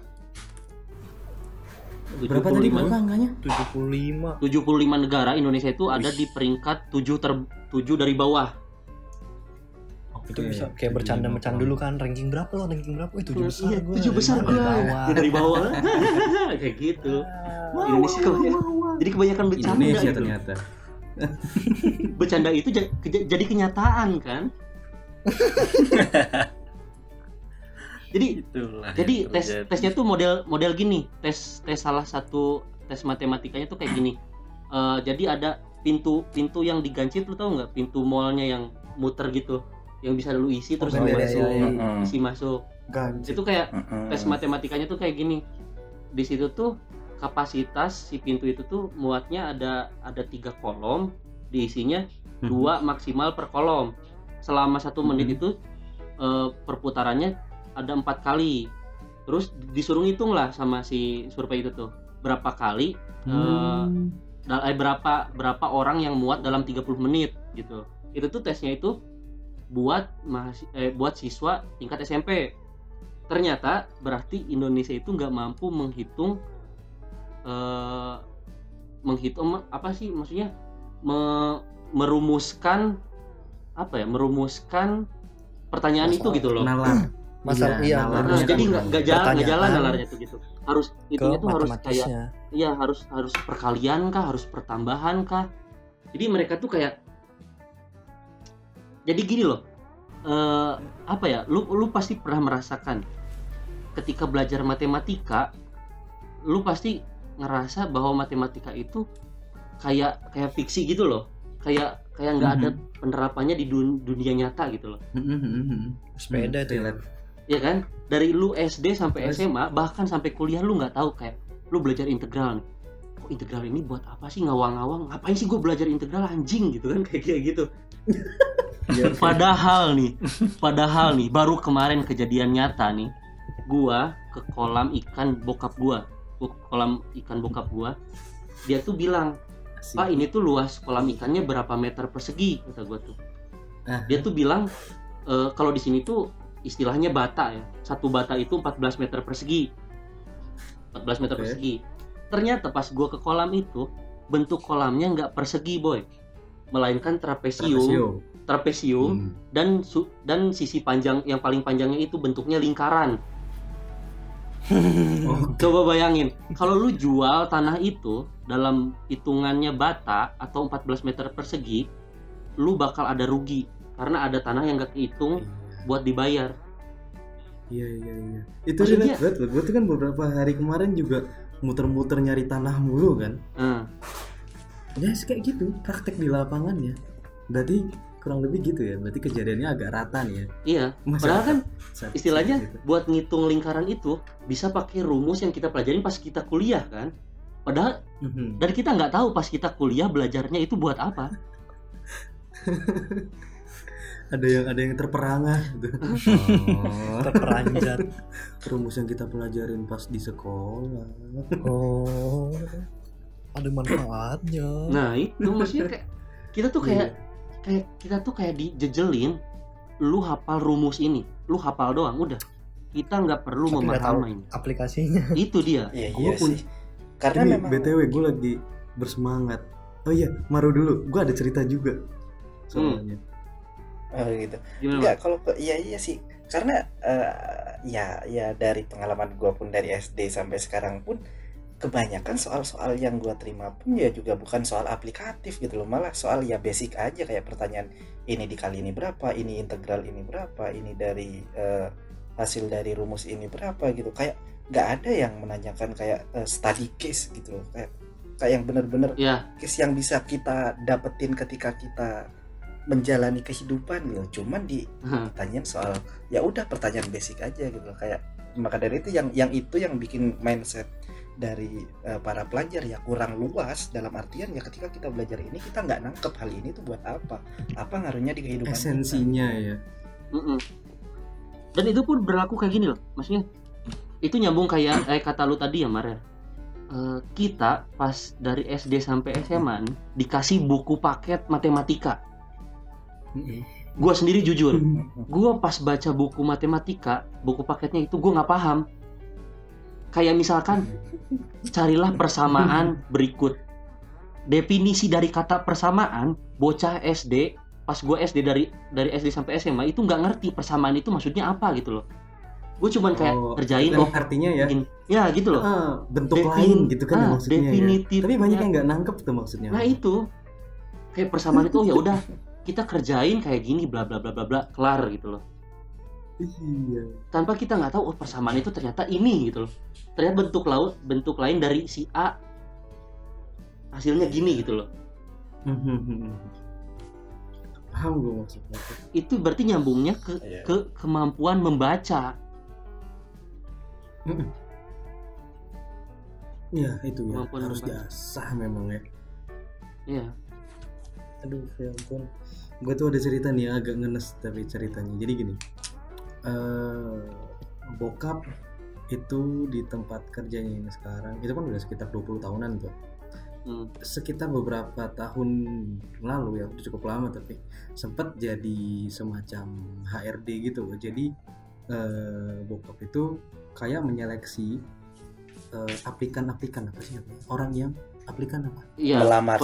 Berapa tadi angkanya? 75. 75 negara, Indonesia itu ada di peringkat 7 dari bawah. Itu bisa kayak bercanda-bercanda dulu kan, ranking berapa lo? Ranking berapa? 7 besar Iya, gue. 7 besar gue. Dari bawah. Kayak gitu. Indonesia jadi kebanyakan bercanda Indonesia gitu. ternyata. Bercanda itu jadi kenyataan kan. Jadi tesnya tuh model gini. Tes salah satu tes matematikanya tuh kayak gini. Jadi ada pintu yang digancit, lu tau nggak? Pintu mallnya yang muter gitu, yang bisa lu isi terus lu masuk, isi masuk. Gancit. Itu kayak tes matematikanya tuh kayak gini. Di situ tuh kapasitas si pintu itu tuh muatnya ada 3 kolom, diisinya 2 maksimal per kolom. Selama 1 menit itu perputarannya ada 4 kali. Terus disuruh ngitung lah sama si survei itu tuh berapa kali berapa orang yang muat dalam 30 menit gitu. Itu tuh tesnya itu buat siswa tingkat SMP. Ternyata berarti Indonesia itu nggak mampu menghitung apa sih maksudnya, merumuskan pertanyaan itu gitu loh. Nalar. Masalah iya, nalar. Nah, jadi nggak jalan Pertanyaan nalarnya tuh gitu. Harus hitungnya tuh harus kayak matematisnya. iya harus perkalian kah, harus pertambahan kah. Jadi mereka tuh kayak, jadi gini loh, apa ya, lu pasti pernah merasakan ketika belajar matematika, lu pasti ngerasa bahwa matematika itu kayak fiksi gitu loh, kayak nggak ada penerapannya di dunia nyata gitu loh. Sepeda itu. Ya kan, dari lu SD sampai SMA bahkan sampai kuliah lu nggak tahu, kayak lu belajar integral nih. Kok integral ini buat apa sih, ngawang-ngawang, ngapain sih gue belajar integral anjing gitu kan, kayak gitu. Iya. Padahal nih baru kemarin kejadian nyata nih. Gua ke kolam ikan bokap gua. Dia tuh bilang, "Pak, ini tuh luas kolam ikannya berapa meter persegi?" kata gua tuh. Dia tuh bilang kalau di sini tuh istilahnya bata ya. Satu bata itu 14 meter persegi. 14 meter persegi. Ternyata pas gua ke kolam itu, bentuk kolamnya nggak persegi, boy. Melainkan trapesium. Dan sisi panjang yang paling panjangnya itu bentuknya lingkaran. Coba bayangin, kalau lu jual tanah itu dalam hitungannya bata atau 14 meter persegi, lu bakal ada rugi karena ada tanah yang gak kehitung buat dibayar. Iya. Itu relate banget loh. Gue tuh kan beberapa hari kemarin juga muter-muter nyari tanah mulu kan. Ya kayak gitu, praktek di lapangan ya. Berarti kurang lebih gitu ya. Berarti kejadiannya agak rata nih ya. Iya. Padahal kan istilahnya gitu. Buat ngitung lingkaran itu bisa pakai rumus yang kita pelajarin pas kita kuliah kan. Padahal dan kita nggak tahu pas kita kuliah belajarnya itu buat apa. ada yang terperangah gitu. Terperanjat. Rumus yang kita pelajarin pas di sekolah. Ada manfaatnya. Nah itu maksudnya kayak kita tuh kayak dijejelin. Lu hafal rumus ini, lu hafal doang udah. Kita nggak perlu memahami aplikasinya. Itu dia. Iya sih. Karena ini memang BTW gue lagi bersemangat. Oh iya, Maru dulu. Gue ada cerita juga soalnya. Gitu. Gimana? Enggak, kalau iya sih. Karena ya dari pengalaman gue pun dari SD sampai sekarang pun kebanyakan soal-soal yang gue terima pun ya juga bukan soal aplikatif gitu loh, malah soal ya basic aja, kayak pertanyaan ini dikali ini berapa, ini integral ini berapa, ini dari hasil dari rumus ini berapa gitu. Kayak nggak ada yang menanyakan kayak study case gitu loh, kayak yang benar-benar case yang bisa kita dapetin ketika kita menjalani kehidupan gitu. Cuman ditanyain soal ya udah pertanyaan basic aja gitu loh. Kayak maka dari itu yang bikin mindset dari para pelajar ya kurang luas, dalam artian ya ketika kita belajar ini kita nggak nangkep hal ini tuh buat apa ngaruhnya di kehidupan esensinya kita. Ya dan itu pun berlaku kayak gini loh, maksudnya itu nyambung kayak kata lu tadi ya Mar. Kita pas dari SD sampai SMA dikasih buku paket matematika. Gue sendiri jujur, gue pas baca buku matematika, buku paketnya itu gue nggak paham. Kayak misalkan carilah persamaan berikut. Definisi dari kata persamaan, bocah SD, pas gue SD dari SD sampai SMA itu nggak ngerti persamaan itu maksudnya apa gitu loh. Gue cuman kayak kerjain artinya ya. Ya gitu loh. Bentuk lain gitu kan ya maksudnya. Definitif. Ya. Tapi banyak yang nggak nangkep tuh maksudnya. Nah itu kayak persamaan itu ya udah kita kerjain kayak gini bla bla bla bla bla kelar gitu loh. Iya. Tanpa kita nggak tahu persamaan itu ternyata ini gitu loh. Ternyata bentuk lain dari si A hasilnya gini gitu loh. Paham gue maksudnya. Itu berarti nyambungnya ke kemampuan membaca. Ya itu ya Kemampuan harus membaca. diasah memang ya. Iya. Aduh ya ampun. Gue tuh ada cerita nih agak ngenes tapi ceritanya. Jadi gini. Bokap itu di tempat kerjanya yang sekarang itu kan udah sekitar 20 tahunan tuh. Sekitar beberapa tahun lalu ya, udah cukup lama, tapi sempat jadi semacam HRD gitu. Jadi bokap itu kayak menyeleksi aplikan apa sih orang yang aplikan apa? Iya.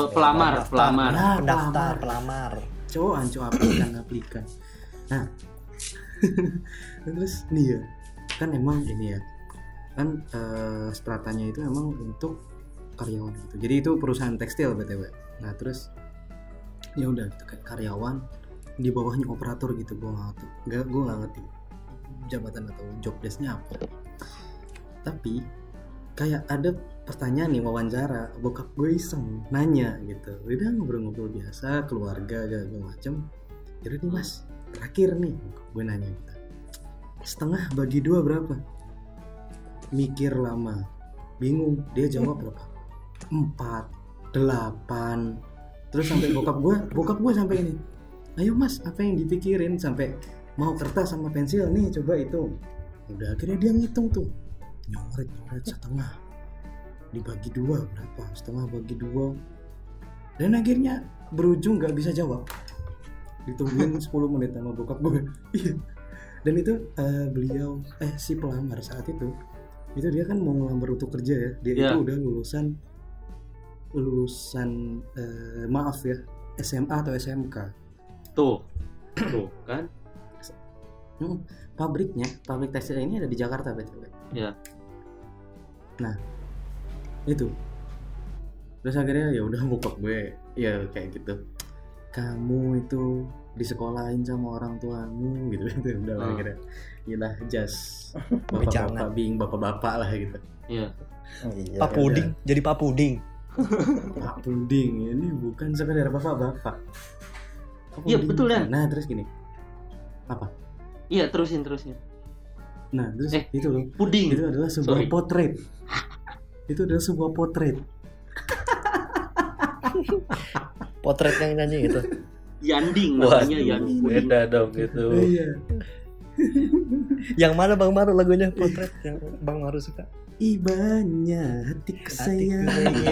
Pelamar. Cowok aplikan. Nah, terus nih ya, kan emang ini ya, kan stratanya itu emang untuk karyawan gitu. Jadi itu perusahaan tekstil BTW. Nah terus ya udah kayak karyawan, di bawahnya operator gitu. Gue nggak ngerti jabatan atau job desk-nya apa. Tapi kayak ada pertanyaan nih, wawancara, bokap gue iseng nanya gitu. Udah ngobrol-ngobrol biasa, keluarga segala macem. Jadi nih mas, terakhir nih gue nanya gitu, setengah bagi 2 berapa? Mikir lama, bingung, dia jawab berapa? 4, 8. Terus sampai bokap gue sampai ini, ayo mas, apa yang dipikirin sampai mau kertas sama pensil nih, coba itu. Udah akhirnya dia ngitung tuh, nyoret setengah dibagi 2 berapa, setengah bagi 2, dan akhirnya berujung nggak bisa jawab. Ditungguin 10 menit sama bokap gue. Iya. Dan itu beliau si pelamar saat itu dia kan mau ngelamar untuk kerja ya. Dia itu udah lulusan maaf ya, SMA atau SMK. Tuh kan. Pabrik tekstil ini ada di Jakarta betul. Iya. Nah, itu. Terus akhirnya ya udah bokap gue ya kayak gitu. Kamu itu disekolahin sama orang tuamu gitu udah lah akhirnya. Iyalah jas. Bapak-bapak bing, bapak-bapak lah gitu. Iya. Pak Puding, jadi Pak Puding. Pak Puding ini bukan sekedar bapak-bapak. Iya betul ya. Nah terus gini. Apa? Iya terusin. Nah terus itu loh. Puding. Itu adalah sebuah potret. Itu adalah sebuah potret. Potret yang nyanyi itu. Yanding namanya Yanding. Beda dong gitu. Iya. Yang mana Bang Maru lagunya potret yang Bang Maru suka? Ibanya hatiku sayang.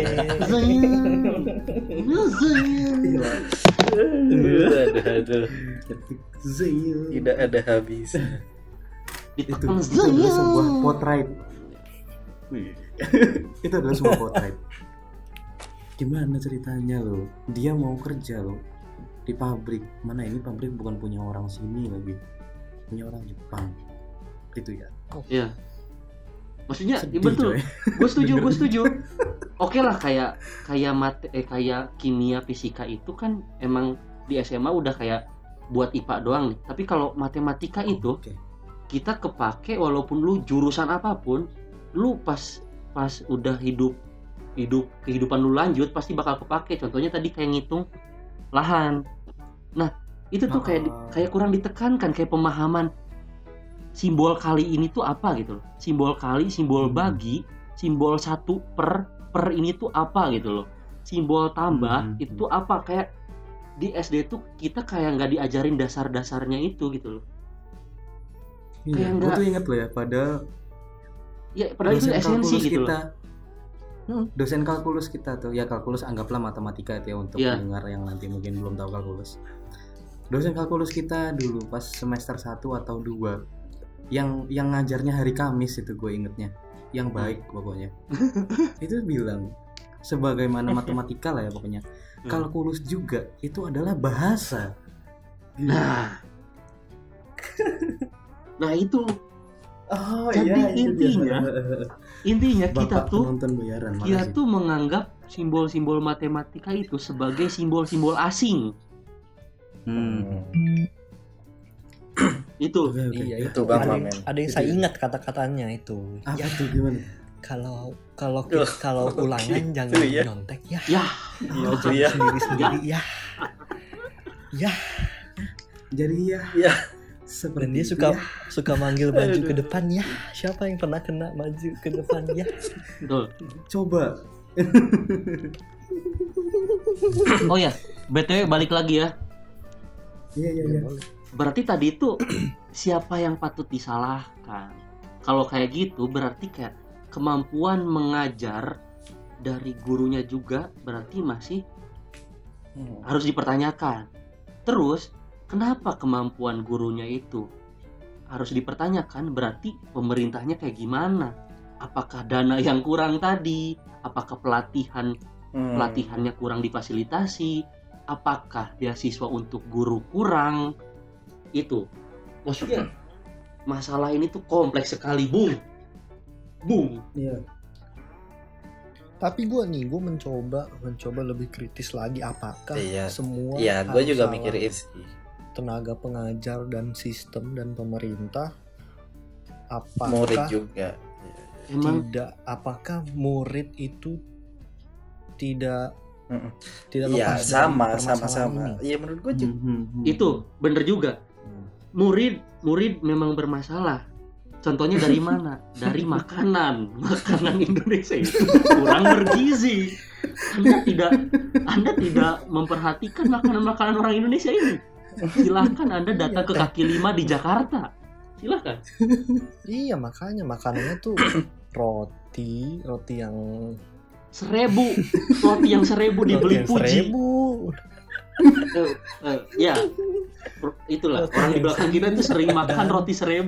Aduh. Sayang. Tidak ada habis. Itu adalah sebuah potret. Itu adalah sebuah potret. Gimana ceritanya lo? Dia mau kerja lo di pabrik. Mana ini pabrik bukan punya orang sini lagi, punya orang Jepang. Itu ya. Iya. Maksudnya Sedih, betul. coy. Gue setuju. Oke lah kayak kimia fisika itu kan emang di SMA udah kayak buat IPA doang nih. Tapi kalau matematika itu kita kepake walaupun lu jurusan apapun, lu pas udah hidup kehidupan lu lanjut pasti bakal kepake. Contohnya tadi kayak ngitung lahan. Nah, itu tuh kayak kurang ditekankan, kayak pemahaman simbol kali ini tuh apa gitu loh. Simbol kali, simbol bagi, simbol 1 per ini tuh apa gitu loh. Simbol tambah itu apa, kayak di SD tuh kita kayak nggak diajarin dasar-dasarnya itu gitu loh. Iya, gue tuh inget loh ya padahal itu esensi gitu loh. Dosen kalkulus kita tuh, ya kalkulus anggaplah matematika itu ya untuk pendengar yang nanti mungkin belum tahu kalkulus. Dosen kalkulus kita dulu pas semester 1 atau 2 yang ngajarnya hari Kamis itu gue ingetnya, yang baik pokoknya. Itu bilang sebagaimana matematika lah ya pokoknya. Kalkulus juga itu adalah bahasa. Nah itu. Oh, jadi intinya kita tuh menganggap simbol-simbol matematika itu sebagai simbol-simbol asing. Itu. Iya, itu Bang Mamen. Ada yang saya ingat kata-katanya itu. Apa tuh gimana? Kalau ulangan jangan nyontek ya. Ya. Sendiri-sendiri ya. Ya. Jadi ya. Dan dia suka manggil maju ke depan ya. Siapa yang pernah kena maju ke depan ya? Betul. Coba. Oh ya, BTW balik lagi ya. Iya. Berarti tadi itu siapa yang patut disalahkan? Kalau kayak gitu berarti kayak kemampuan mengajar dari gurunya juga berarti masih harus dipertanyakan. Terus kenapa kemampuan gurunya itu harus dipertanyakan? Berarti pemerintahnya kayak gimana? Apakah dana yang kurang tadi? Apakah pelatihannya kurang difasilitasi? Apakah beasiswa untuk guru kurang? Itu. Maksudnya masalah ini tuh kompleks sekali, Bung. Iya. Tapi gue mencoba lebih kritis lagi, apakah semua gue juga mikirin sih. Tenaga pengajar dan sistem dan pemerintah, apakah murid juga apakah murid itu tidak lepas sama iya menurut gue juga itu bener juga. Murid memang bermasalah. Contohnya dari mana? Dari makanan Indonesia itu kurang bergizi. Anda tidak memperhatikan makanan orang Indonesia ini. Silahkan Anda datang ke kaki lima di Jakarta. Silahkan. Iya, makanya makanannya tuh roti yang 1.000. Roti yang 1.000 dibeli Puji. 1.000. Ya. Itulah orang di belakang kita itu sering makan roti 1.000.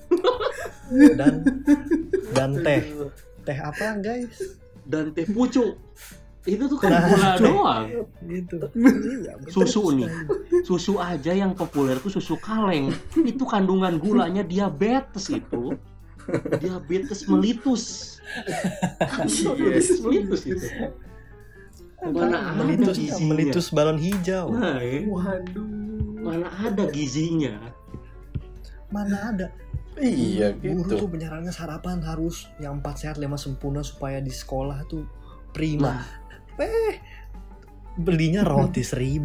Dan teh apa guys? Dan teh pucuk. Itu tuh kan gula doang. Gitu. Susu nih. Susu aja yang populer tuh susu kaleng. Itu kandungan gulanya diabetes itu. Diabetes melitus. Diabetes melitus itu. Mana ada gizinya? Melitus balon hijau. Nah, Waduh. mana ada gizinya? Mana ada? Iya Guru gitu. tuh menyarankan sarapan harus yang 4 sehat 5 sempurna supaya di sekolah tuh prima. Belinya roti 1.000.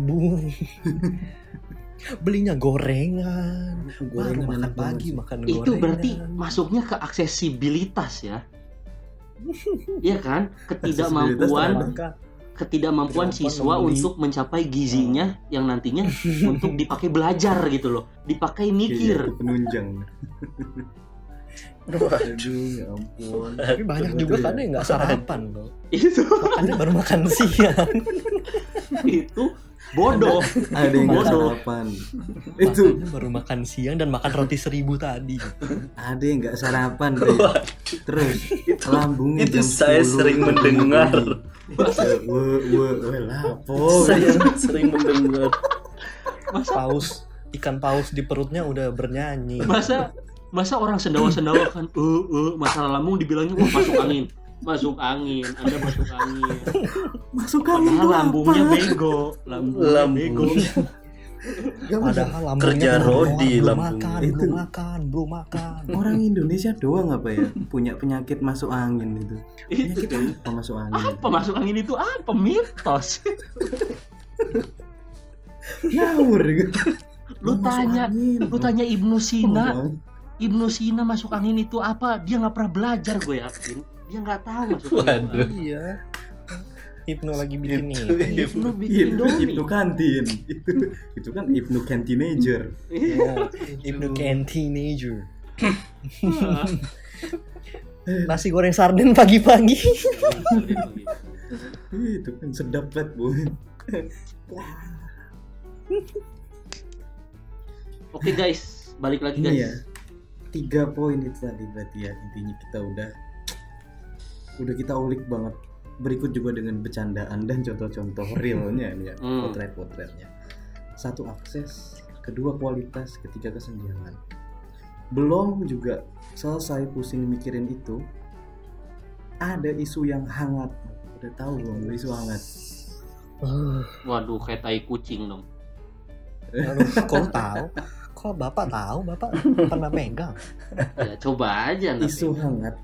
Belinya gorengan. Baru makan enak pagi banget makan Itu gorengan. berarti masuknya ke aksesibilitas ya. Iya kan? Ketidakmampuan siswa untuk mencapai gizinya yang nantinya untuk dipakai belajar gitu loh. Dipakai mikir. Itu penunjang. Aduh, ya ampun. Tapi banyak juga kan yang nggak sarapan loh. Itu Makannya baru makan siang. itu bodoh. Ada yang nggak Bodoh. sarapan. Itu Makannya baru makan siang dan makan roti 1.000 tadi. ada yang nggak sarapan deh. Terus lambungnya Itu jam saya 10. sering mendengar. Lapo. Saya sering mendengar. Ikan paus di perutnya udah bernyanyi. Masa orang sendawa-sendawa kan masalah lambung dibilangnya wah masuk angin, Anda masuk angin. Masuk angin Padahal tuh lambungnya apa? bego, lambungnya bego. Padahal lambungnya Kerja rodi belum lambung. makan. Orang Indonesia doang apa ya punya penyakit masuk angin itu. Itu kan. Apa masuk angin? Apa masuk angin itu apa mitos? Ngawur gitu. Lu tanya Ibnu Sina. Bang. Ibnu Sina masuk angin itu apa? Dia nggak pernah belajar, gue yakin. Dia nggak tahu masuk angin. Waduh. Iya. Ibnu lagi bikin Itu. nih. Ibnu bikin Ibnu Indomie. kantin. Itu kan Ibnu Cantinager. Ya, Ibnu can teenager. Nasi goreng sarden pagi-pagi. Itu kan sedap banget, Bu. Oke guys, balik lagi Ini guys. ya. 3 poin itu tadi berarti ya intinya kita udah kita ulik banget. Berikut juga dengan bercandaan dan contoh-contoh realnya nih ya, potret-potretnya. 1 akses, 2 kualitas, 3 kesenjangan. Belum juga selesai pusing mikirin itu, ada isu yang hangat. Udah tahu belum isu hangat? Waduh, kayak tai kucing dong. Aduh, kok tahu? Kok Bapak tahu? Bapak pernah megang. Ya coba aja nanti. Isu hangat.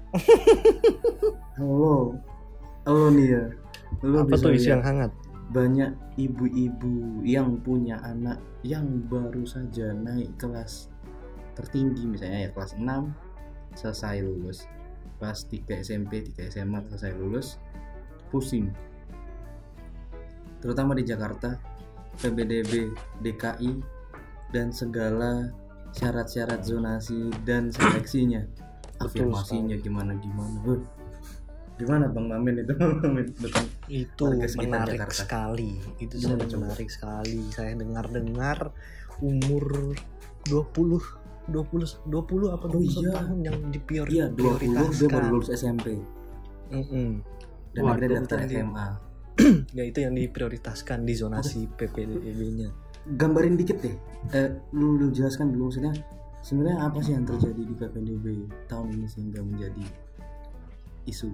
Halo nih ya. Lo Apa bisa tuh isu lihat yang hangat? banyak ibu-ibu yang punya anak yang baru saja naik kelas tertinggi, misalnya ya kelas 6 selesai lulus, kelas 3 SMP 3 SMA selesai lulus, pusing. Terutama di Jakarta, PPDB DKI dan segala syarat-syarat zonasi dan seleksinya, afirmasinya gimana. Gimana Bang Mamin itu? Betul. Itu Warga sekitar menarik Jakarta. sekali. Itu Gimana sangat coba? menarik sekali. Saya dengar umur 20 apa 21 iya. tahun yang Iya, 20 dia baru diprioritaskan. lulus SMP dan Waduh, akhirnya daftar itu yang SMA. Ya itu yang diprioritaskan di zonasi PPDB-nya. Gambarin dikit deh. Lu jelaskan dulu maksudnya sebenarnya apa sih yang terjadi di PPDB tahun ini sehingga menjadi isu.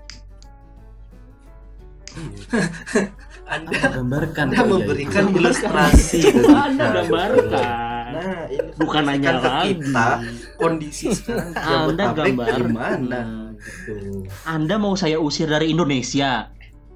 Anda Gambarkan. Anda memberikan ilustrasi. Anda gambarkan. Nah, ini Bukan nanya ke lagi. kita kondisi sekarang Anda Jabodetabek gambar. gimana? Gitu. Anda mau saya usir dari Indonesia?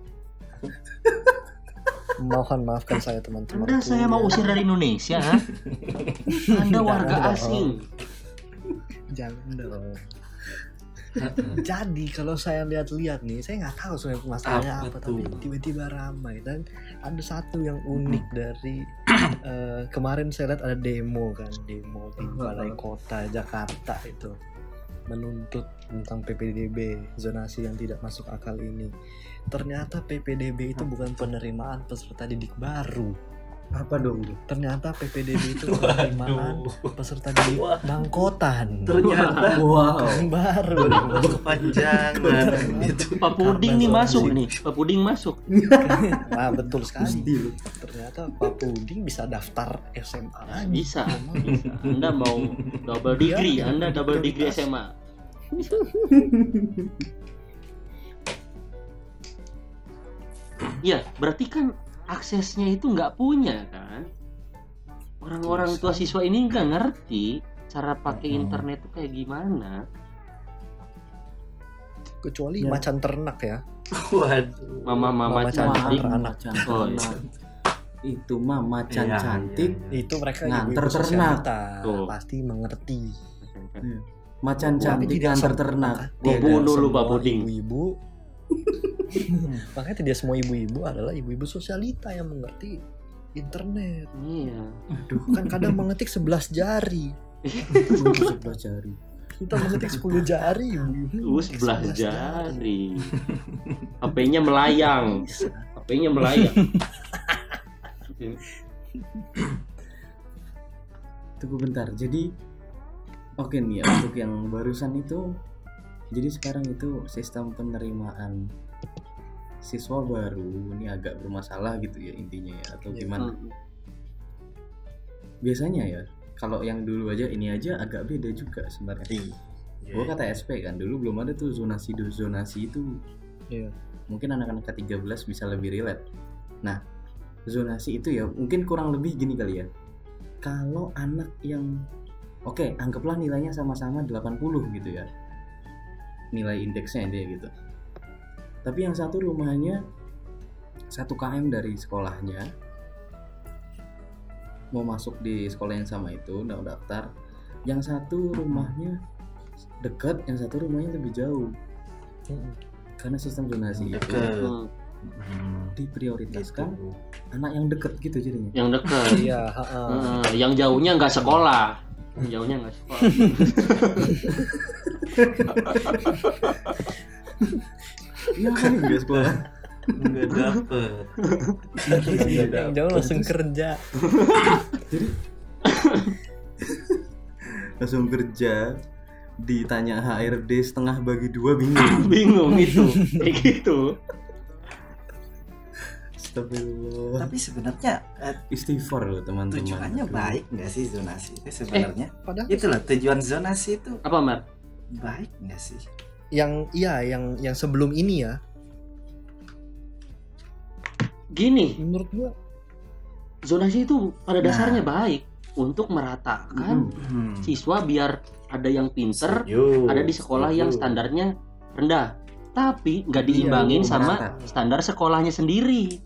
Mohon maafkan saya teman-teman. Anda saya mau usir dari Indonesia? Ha? Anda warga Jangan dong. asing. Jangan dong. Jadi kalau saya lihat-lihat nih, saya nggak tahu sebenarnya masalahnya apa, tapi tuh? tiba-tiba ramai. Dan ada satu yang unik dari kemarin saya lihat ada demo di Balai Kota Jakarta itu menuntut tentang PPDB, zonasi yang tidak masuk akal ini. Ternyata PPDB itu bukan penerimaan peserta didik baru. Apa dong? Ternyata PPDB itu penerimaan peserta didik bangkotan. Ternyata Yang baru. kepanjangan itu. Pak Puding nih masuk nih. Pak Puding masuk. Nah, betul sekali. Mesti lu. Ternyata Pak Puding bisa daftar SMA lagi. Bisa. Anda mau double degree, Anda double degree SMA. Iya, berarti kan aksesnya itu nggak punya kan? Orang-orang tua siswa ini nggak ngerti cara pakai internet itu kayak gimana. Kecuali Ya. macan ternak ya. Waduh. Mama cantik. cantik. Macan Oh, ternak. Itu mah macan Iya, cantik. iya. Itu mereka Nganter ibu-ibu ternak. sosialita Tuh. pasti mengerti. Macan Tapi cantik tidak nganter semua- ternak. Gua Iya, bunuh kan? lu, Pak Semua Puding. Ibu-ibu makanya tidak semua ibu-ibu adalah ibu-ibu sosialita yang mengerti internet. Iya. Kan kadang mengetik 11 jari. Sebelah jari. Kita mengetik 10 jari. ibu-ibu mengetik 11 jari. HP-nya melayang. Bisa. HP-nya melayang. Tunggu bentar. Jadi oke nih ya, untuk yang barusan itu, jadi sekarang itu sistem penerimaan siswa baru ini agak bermasalah gitu ya intinya ya, atau Iya. gimana? Biasanya ya, kalau yang dulu aja ini aja agak beda juga sebenarnya. Gua kata SP kan dulu belum ada tuh zonasi itu. Iya. Mungkin anak-anak ke-13 bisa lebih relate. Nah, zonasi itu ya mungkin kurang lebih gini kali ya. Kalau anak yang oke, anggaplah nilainya sama-sama 80 gitu ya. Nilai indeksnya dia gitu. Tapi yang satu rumahnya 1 km dari sekolahnya, mau masuk di sekolah yang sama itu, udah daftar. Yang satu rumahnya dekat, yang satu rumahnya lebih jauh. Karena sistem zonasi itu Deket. diprioritaskan Gitu. anak yang deket gitu jadinya. Yang dekat. Iya, Yang jauhnya nggak sekolah. Yang jauhnya nggak sekolah. Iya kan juga sekolah. Nggak dapet. yang jauh langsung kerja. Langsung kerja, ditanya HRD setengah bagi 2 bingung. Bingung itu. Kayak gitu. Astagfirullah. Tapi sebenarnya Istighfar loh teman-teman. tujuannya Aduh. baik nggak sih zonasi itu sebenarnya? Padahal Itulah tujuan zonasi itu Apa, Mar? baik nggak sih? yang sebelum ini ya, Gini, menurut gua zonasi itu pada Nah. dasarnya baik untuk meratakan siswa biar ada yang pinter, Setuju, ada di sekolah yang setuju. standarnya rendah. Tapi nggak Iya, diimbangin sama merata. standar sekolahnya sendiri.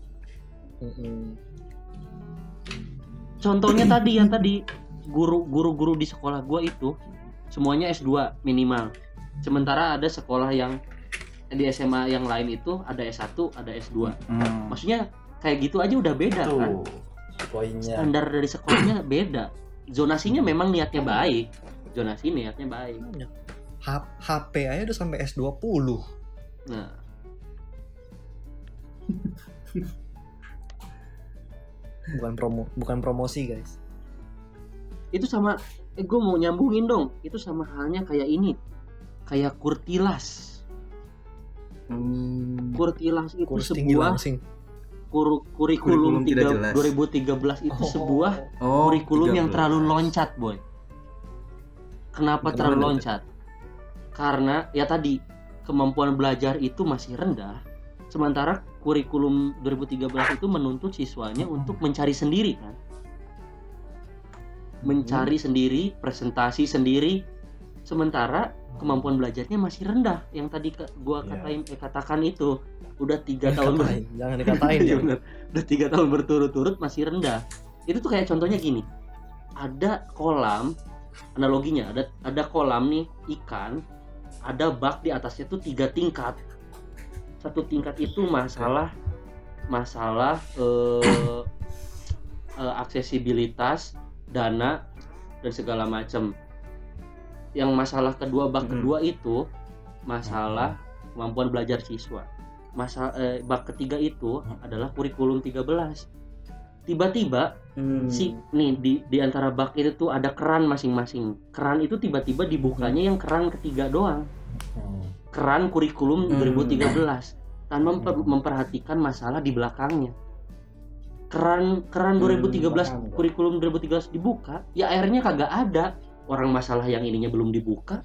Contohnya tadi yang tadi guru-guru di sekolah gua itu semuanya S2 minimal. Sementara ada sekolah yang di SMA yang lain itu ada S1, ada S2. Maksudnya kayak gitu aja udah beda kan. Tuh poinnya. Standar dari sekolahnya beda. Zonasinya memang niatnya baik. Zonasi niatnya baik. HP aja udah sampai S20. Nah, Bukan promosi, guys. itu sama gue mau nyambungin dong. Itu sama halnya kayak ini. Kayak Kurtilas. Kurtilas itu Kurs tinggi sebuah langsing. Kurikulum kurikulum tidak jelas. 2013 itu sebuah kurikulum yang terlalu loncat, boy. Kenapa terlalu loncat? Karena ya tadi kemampuan belajar itu masih rendah. Sementara kurikulum 2013 itu menuntut siswanya untuk mencari sendiri kan. Mencari sendiri, presentasi sendiri. Sementara kemampuan belajarnya masih rendah. Yang tadi gua katakan itu udah 3 tahun Jangan dikatain Iya ya. bener. Udah 3 tahun berturut-turut masih rendah. Itu tuh kayak contohnya gini. Ada kolam, analoginya ada kolam nih ikan ada bug di atasnya tuh 3 tingkat. Satu tingkat itu masalah aksesibilitas, dana dan segala macam. Yang masalah kedua, bug kedua itu masalah kemampuan belajar siswa. Bug ketiga itu adalah kurikulum 13. Tiba-tiba di antara bug itu tuh ada keran masing-masing. Keran itu tiba-tiba dibukanya yang keran ketiga doang. Keran kurikulum 2013 tanpa memperhatikan masalah di belakangnya. Keran 2013 kurikulum 2013 dibuka, ya akhirnya kagak ada. Orang masalah yang ininya belum dibuka.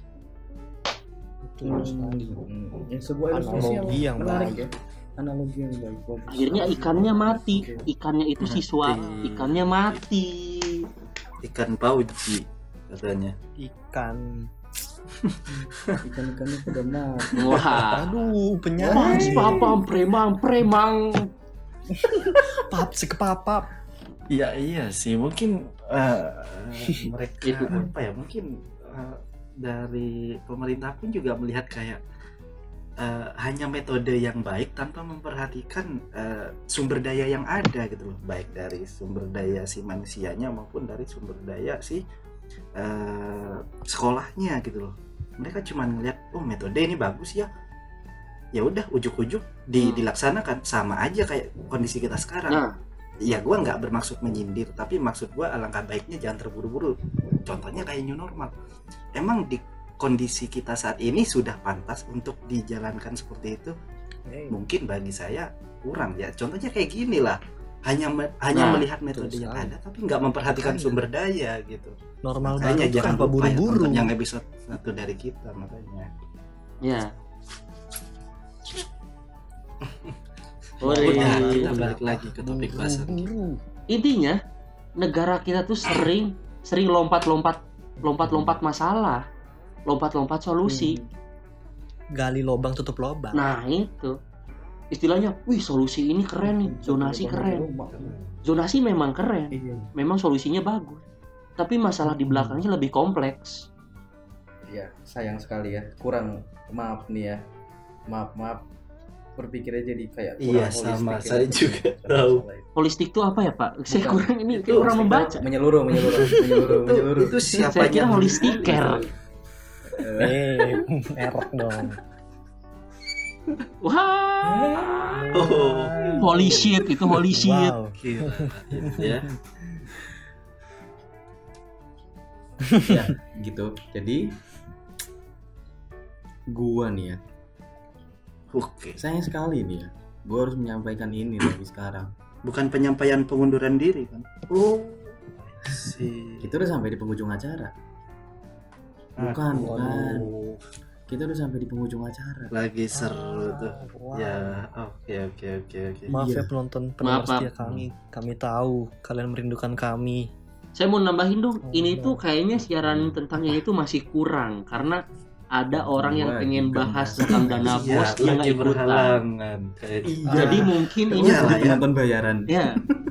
Sebuah analogi yang menarik ya. Analogi yang baik. Akhirnya ikannya mati. Ikannya itu siswa, ikannya mati. Ikan pauji katanya. Ikan-ikannya pada mati. Wah. Aduh, penyanyi. Papam premang. Papsik kepapap. Iya sih, mungkin mereka apa ya? Mungkin dari pemerintah pun juga melihat kayak hanya metode yang baik tanpa memperhatikan sumber daya yang ada gitu loh, baik dari sumber daya si manusianya maupun dari sumber daya si sekolahnya gitu loh. Mereka cuma ngeliat, oh metode ini bagus ya udah ujuk-ujuk dilaksanakan, sama aja kayak kondisi kita sekarang. Ya gue nggak bermaksud menyindir, tapi maksud gue alangkah baiknya jangan terburu-buru. Contohnya kayak new normal. Emang di kondisi kita saat ini sudah pantas untuk dijalankan seperti itu? Mungkin bagi saya kurang ya. Contohnya kayak gini lah. Hanya melihat metode yang ada, tapi nggak memperhatikan sumber daya gitu. Normal banget itu jangan tanpa buru-buru. Yang episode 1 dari kita makanya. Ya. Kita balik lagi ke topik bahasan. Intinya negara kita tuh sering lompat-lompat masalah, lompat-lompat solusi. Gali lubang tutup lubang. Nah itu istilahnya, wih solusi ini keren nih, zonasi keren. Zonasi memang keren, memang solusinya bagus. Tapi masalah di belakangnya lebih kompleks. Iya, sayang sekali ya, kurang maaf berpikirnya jadi kayak kurang holistik. Sama saya juga tahu. Holistik itu apa ya Pak? Saya kurang ini kurang membaca. Menyeluruh. Itu siapa? Saya kira holistiker. Merek dong. Wah. Holy shit, itu holy shit. Wow. Ya. Ya, gitu. Jadi gua nih ya. Oke. Sayang sekali nih ya. Gua harus menyampaikan ini lagi sekarang. Bukan penyampaian pengunduran diri kan? Oh. Si. Kita udah sampai di penghujung acara. Bukan. Kita udah sampai di penghujung acara. Lagi seru tuh. Wow. Ya, oke. Maaf Iya. ya pendengar setia kami. Kami tahu kalian merindukan kami. Saya mau nambahin dong, ini tuh kayaknya siaran tentang ini tuh masih kurang karena ada orang yang pengen bahas tentang dana bos yang nggak ikutan. Jadi mungkin ini penonton bayaran. Ya.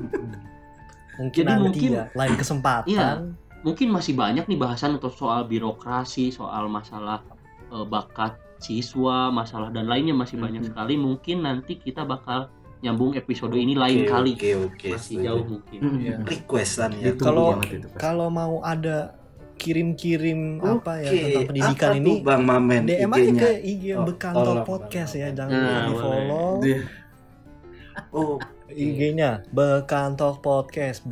Mungkin lain kesempatan. Iya. Mungkin masih banyak nih bahasan untuk soal birokrasi, soal masalah bakat siswa, masalah dan lainnya masih banyak sekali. Mungkin nanti kita bakal nyambung episode ini lain kali. Oke. Masih jauh mungkin. Requestan ya. Kalau mau ada kirim-kirim apa ya tentang pendidikan apa ini tuh, Bang Mamen, DM aja ke IG Bekantol Podcast ya, jangan lupa di follow. IG-nya Bekantol Podcast,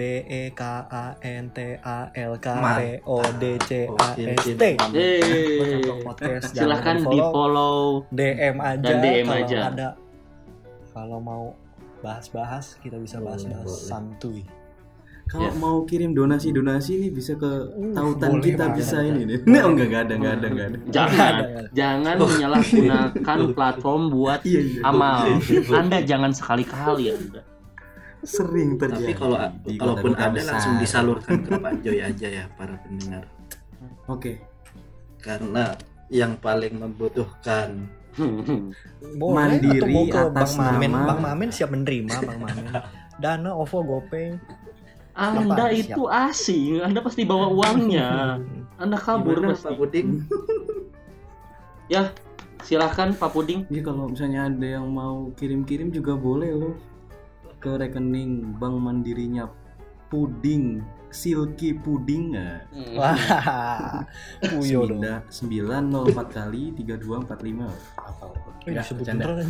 BEKANTALKPODCAST. Bekantol Podcast. Silahkan di follow, DM aja. Dan DM kalau aja. ada, kalau mau bahas-bahas kita bisa bahas-bahas santuy. Kalau mau kirim donasi nih bisa ke tautan boleh kita banget. bisa ini nih. Enggak ada. Jangan menyalahgunakan platform buat amal. Anda jangan sekali-kali Anda. Sering terjadi. Tapi kalaupun ada langsung disalurkan ke Pak Joy aja ya para pendengar. Oke. Karena yang paling membutuhkan. Boleh, Mandiri atau mau ke atas Bang Mamen. nama. Bang Mamen siap menerima Bang Mamen. Dana, OVO, GoPay. Anda Siap. itu asing, Anda pasti bawa uangnya. Anda kabur Gimana pasti. Pak Puding? Ya, silahkan Pak Puding. Iya, kalau misalnya ada yang mau kirim-kirim juga boleh loh ke rekening Bank Mandirinya Puding, Silky Puding. Wah, Puyo dong. 904 kali 3245. Apa? Ya, disebut beneran.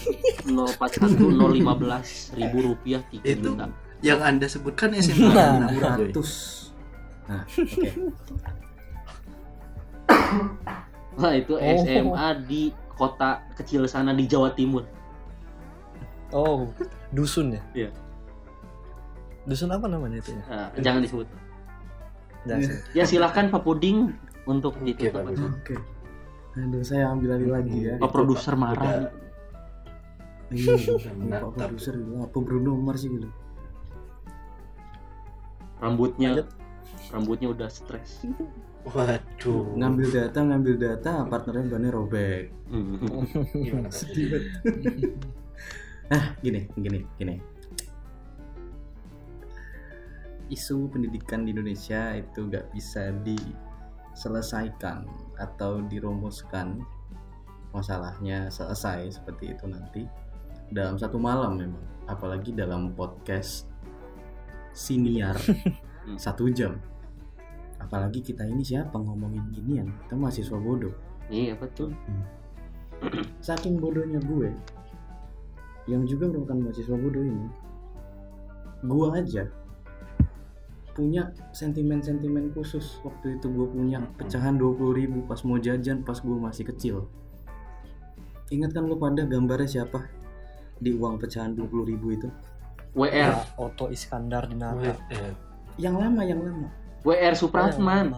041015 ribu rupiah 3 Itu juta. yang Anda sebutkan SMA Murah, Boy. 100. Nah, oke. Wah, itu SMA di kota kecil sana di Jawa Timur. Oh, dusun ya? Iya. Dusun apa namanya itu ya? Jangan disebut. Jangan sih. Ya silahkan Pak Puding untuk Oke, ditutup. bagus. Oke. Aduh, saya ambil alih lagi ya. Pak produser marah. Iya, Mantap. Pak produser bilang apa Bruno Mars sih gitu. Rambutnya udah stres. Waduh. Ngambil data, partnernya bannya robek. Gimana? Sedih banget. Gini. Isu pendidikan di Indonesia itu gak bisa diselesaikan atau dirumuskan masalahnya selesai seperti itu nanti dalam satu malam memang, apalagi dalam podcast siniar 1 jam. Apalagi kita ini siapa ngomongin ginian, kita mahasiswa bodoh. Iya betul. Saking bodohnya gue yang juga merupakan mahasiswa bodoh ini, gue aja punya sentimen khusus. Waktu itu gue punya pecahan 20.000 pas mau jajan pas gue masih kecil. Ingat kan lu pada gambarnya siapa di uang pecahan 20.000 itu? WR Otto Iskandar di Nata. Yang lama WR Supratman.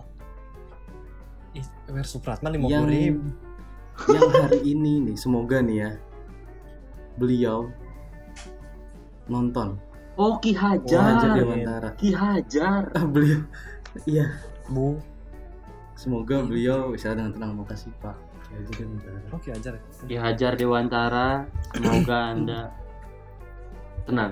WR Supratman 50.000. yang hari ini nih, semoga nih ya beliau nonton. Oh, Ki Hajar Hajar. Dewantara. Ki Hajar. Beliau, iya. Bu. Semoga beliau bisa dengan tenang. Makasih Pak. Ki Hajar Dewantara. Oke, Hajar. Ki Hajar Dewantara. Semoga Anda tenang.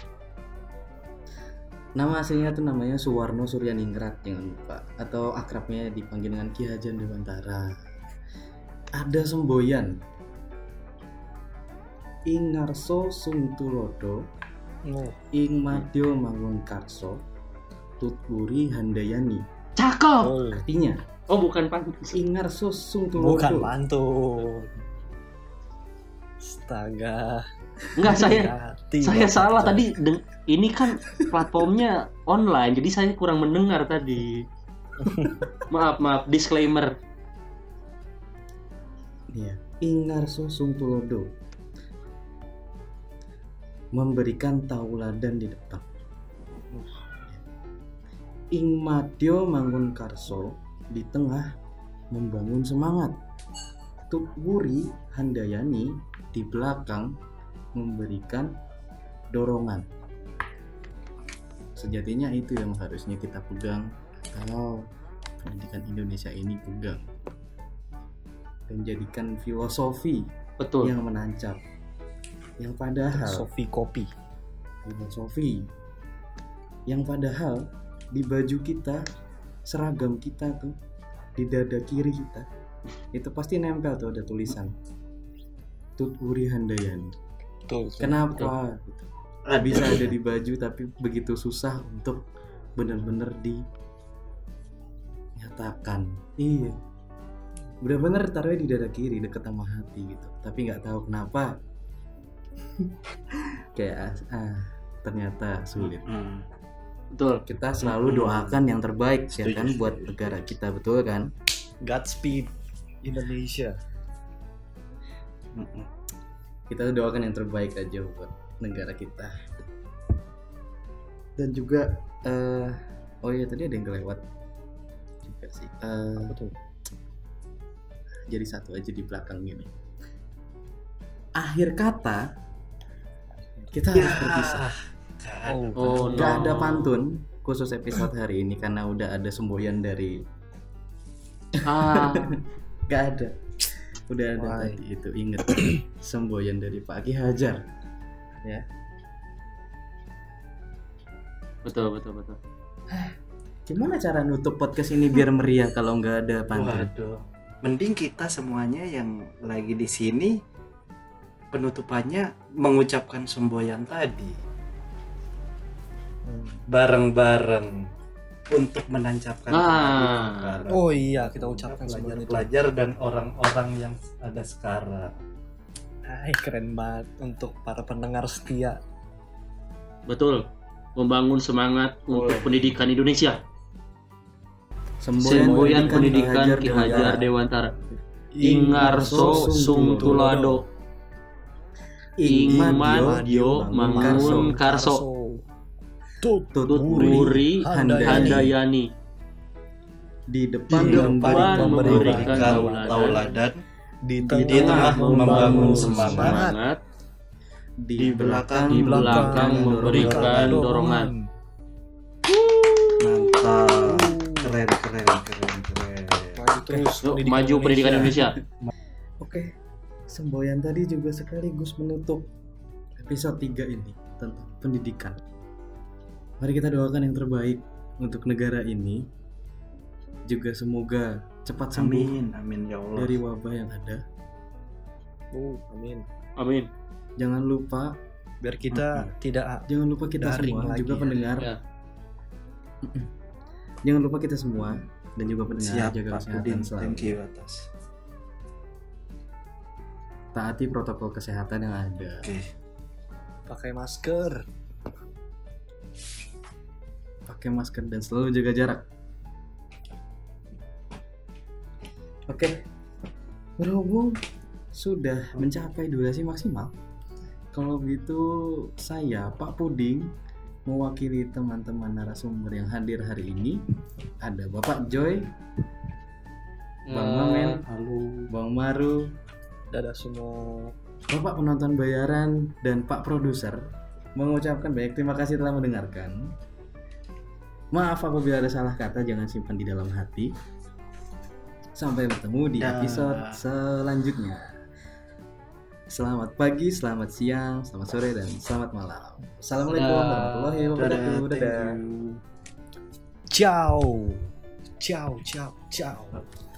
Nama aslinya tuh namanya Suwarno Suryaningrat, jangan lupa. Atau akrabnya dipanggil dengan Ki Hajar Dewantara. Ada semboyan Ing Ngarso Sungtulodo, Ing Madya Mangunkarso, Tutpuri Handayani. Cakep. Artinya, Oh, bukan pantun. Ing Ngarso Sungtulodo. Bukan pantun. Astaga. Enggak, saya salah Bapak. tadi. Ini kan platformnya online, jadi saya kurang mendengar tadi. Maaf, disclaimer. Iya. Ing Ngarso Sungtulodo memberikan tauladan di depan. Ing Madya Mangunkarso di tengah membangun semangat. Tutpuri Handayani di belakang memberikan dorongan. Sejatinya itu yang harusnya kita pegang kalau pendidikan Indonesia ini pegang dan jadikan filosofi Betul. yang menancap. Yang padahal Sofi Kopi. filosofi yang padahal di baju kita, seragam kita tuh, di dada kiri kita itu pasti nempel tuh ada tulisan Tutpuri Handayani. Betul. Kenapa gitu? Bisa ada di baju tapi begitu susah untuk benar-benar dinyatakan. Iya, benar-benar taruhnya di dada kiri dekat sama hati gitu, tapi nggak tahu kenapa kayak ternyata sulit. Betul. Kita selalu doakan yang terbaik ya kan buat negara kita, betul kan? Godspeed Indonesia. Kita doakan yang terbaik aja buat negara kita. Dan juga oh iya tadi ada yang kelewat juga sih. Betul. Jadi satu aja di belakang gini. Akhir kata kita harus berpisah. Oh, Gak no. ada pantun khusus episode hari ini karena udah ada semboyan dari gak ada. Udah ada tadi itu, inget semboyan dari Pak Ki Hajar. Ya. Betul. Gimana cara nutup podcast ini biar meriah kalau nggak ada pantun? Waduh. mending kita semuanya yang lagi di sini penutupannya mengucapkan semboyan tadi bareng-bareng untuk menancapkan kembali. Oh iya, kita ucapkan semboyan itu. Pelajar dan orang-orang yang ada sekarang. Keren banget untuk para pendengar setia. Betul. Membangun semangat untuk pendidikan Indonesia. Semboyan pendidikan Ki Hajar Dewantara. Ingarso sung tulado. Ingmadyo mangun karso. Tuturi handayani. Di depan memberikan tauladan. Di tengah membangun semangat. Di belakang memberikan dorongan. Mantap. Keren. Maju terus. Maju pendidikan Indonesia. Oke. Semboyan tadi juga sekaligus menutup episode 3 ini tentang pendidikan. Mari kita doakan yang terbaik untuk negara ini. Juga semoga cepat sembuh. Amin ya Allah. Dari wabah yang ada. Amin. Jangan lupa biar kita jangan lupa kita semua lagi, juga pendengar. Ya. Jangan lupa kita semua dan juga pendengar jaga Pak kesehatan Udin, selalu. thank you atas. Taati protokol kesehatan yang ada. Oke. pakai masker. Pakai masker dan selalu jaga jarak. Oke. Berhubung sudah mencapai durasi maksimal, kalau begitu saya Pak Puding mewakili teman-teman narasumber yang hadir hari ini. Ada Bapak Joy, Bang Mamen, Halo. Bang Maru, Dadah semua. Bapak penonton bayaran, dan Pak produser mengucapkan banyak terima kasih telah mendengarkan. Maaf apabila ada salah kata, jangan simpan di dalam hati. Sampai bertemu di episode selanjutnya. Selamat pagi, selamat siang, selamat sore, dan selamat malam. Assalamualaikum warahmatullahi wabarakatuh. Dadah. Ciao. Ciao, ciao, ciao.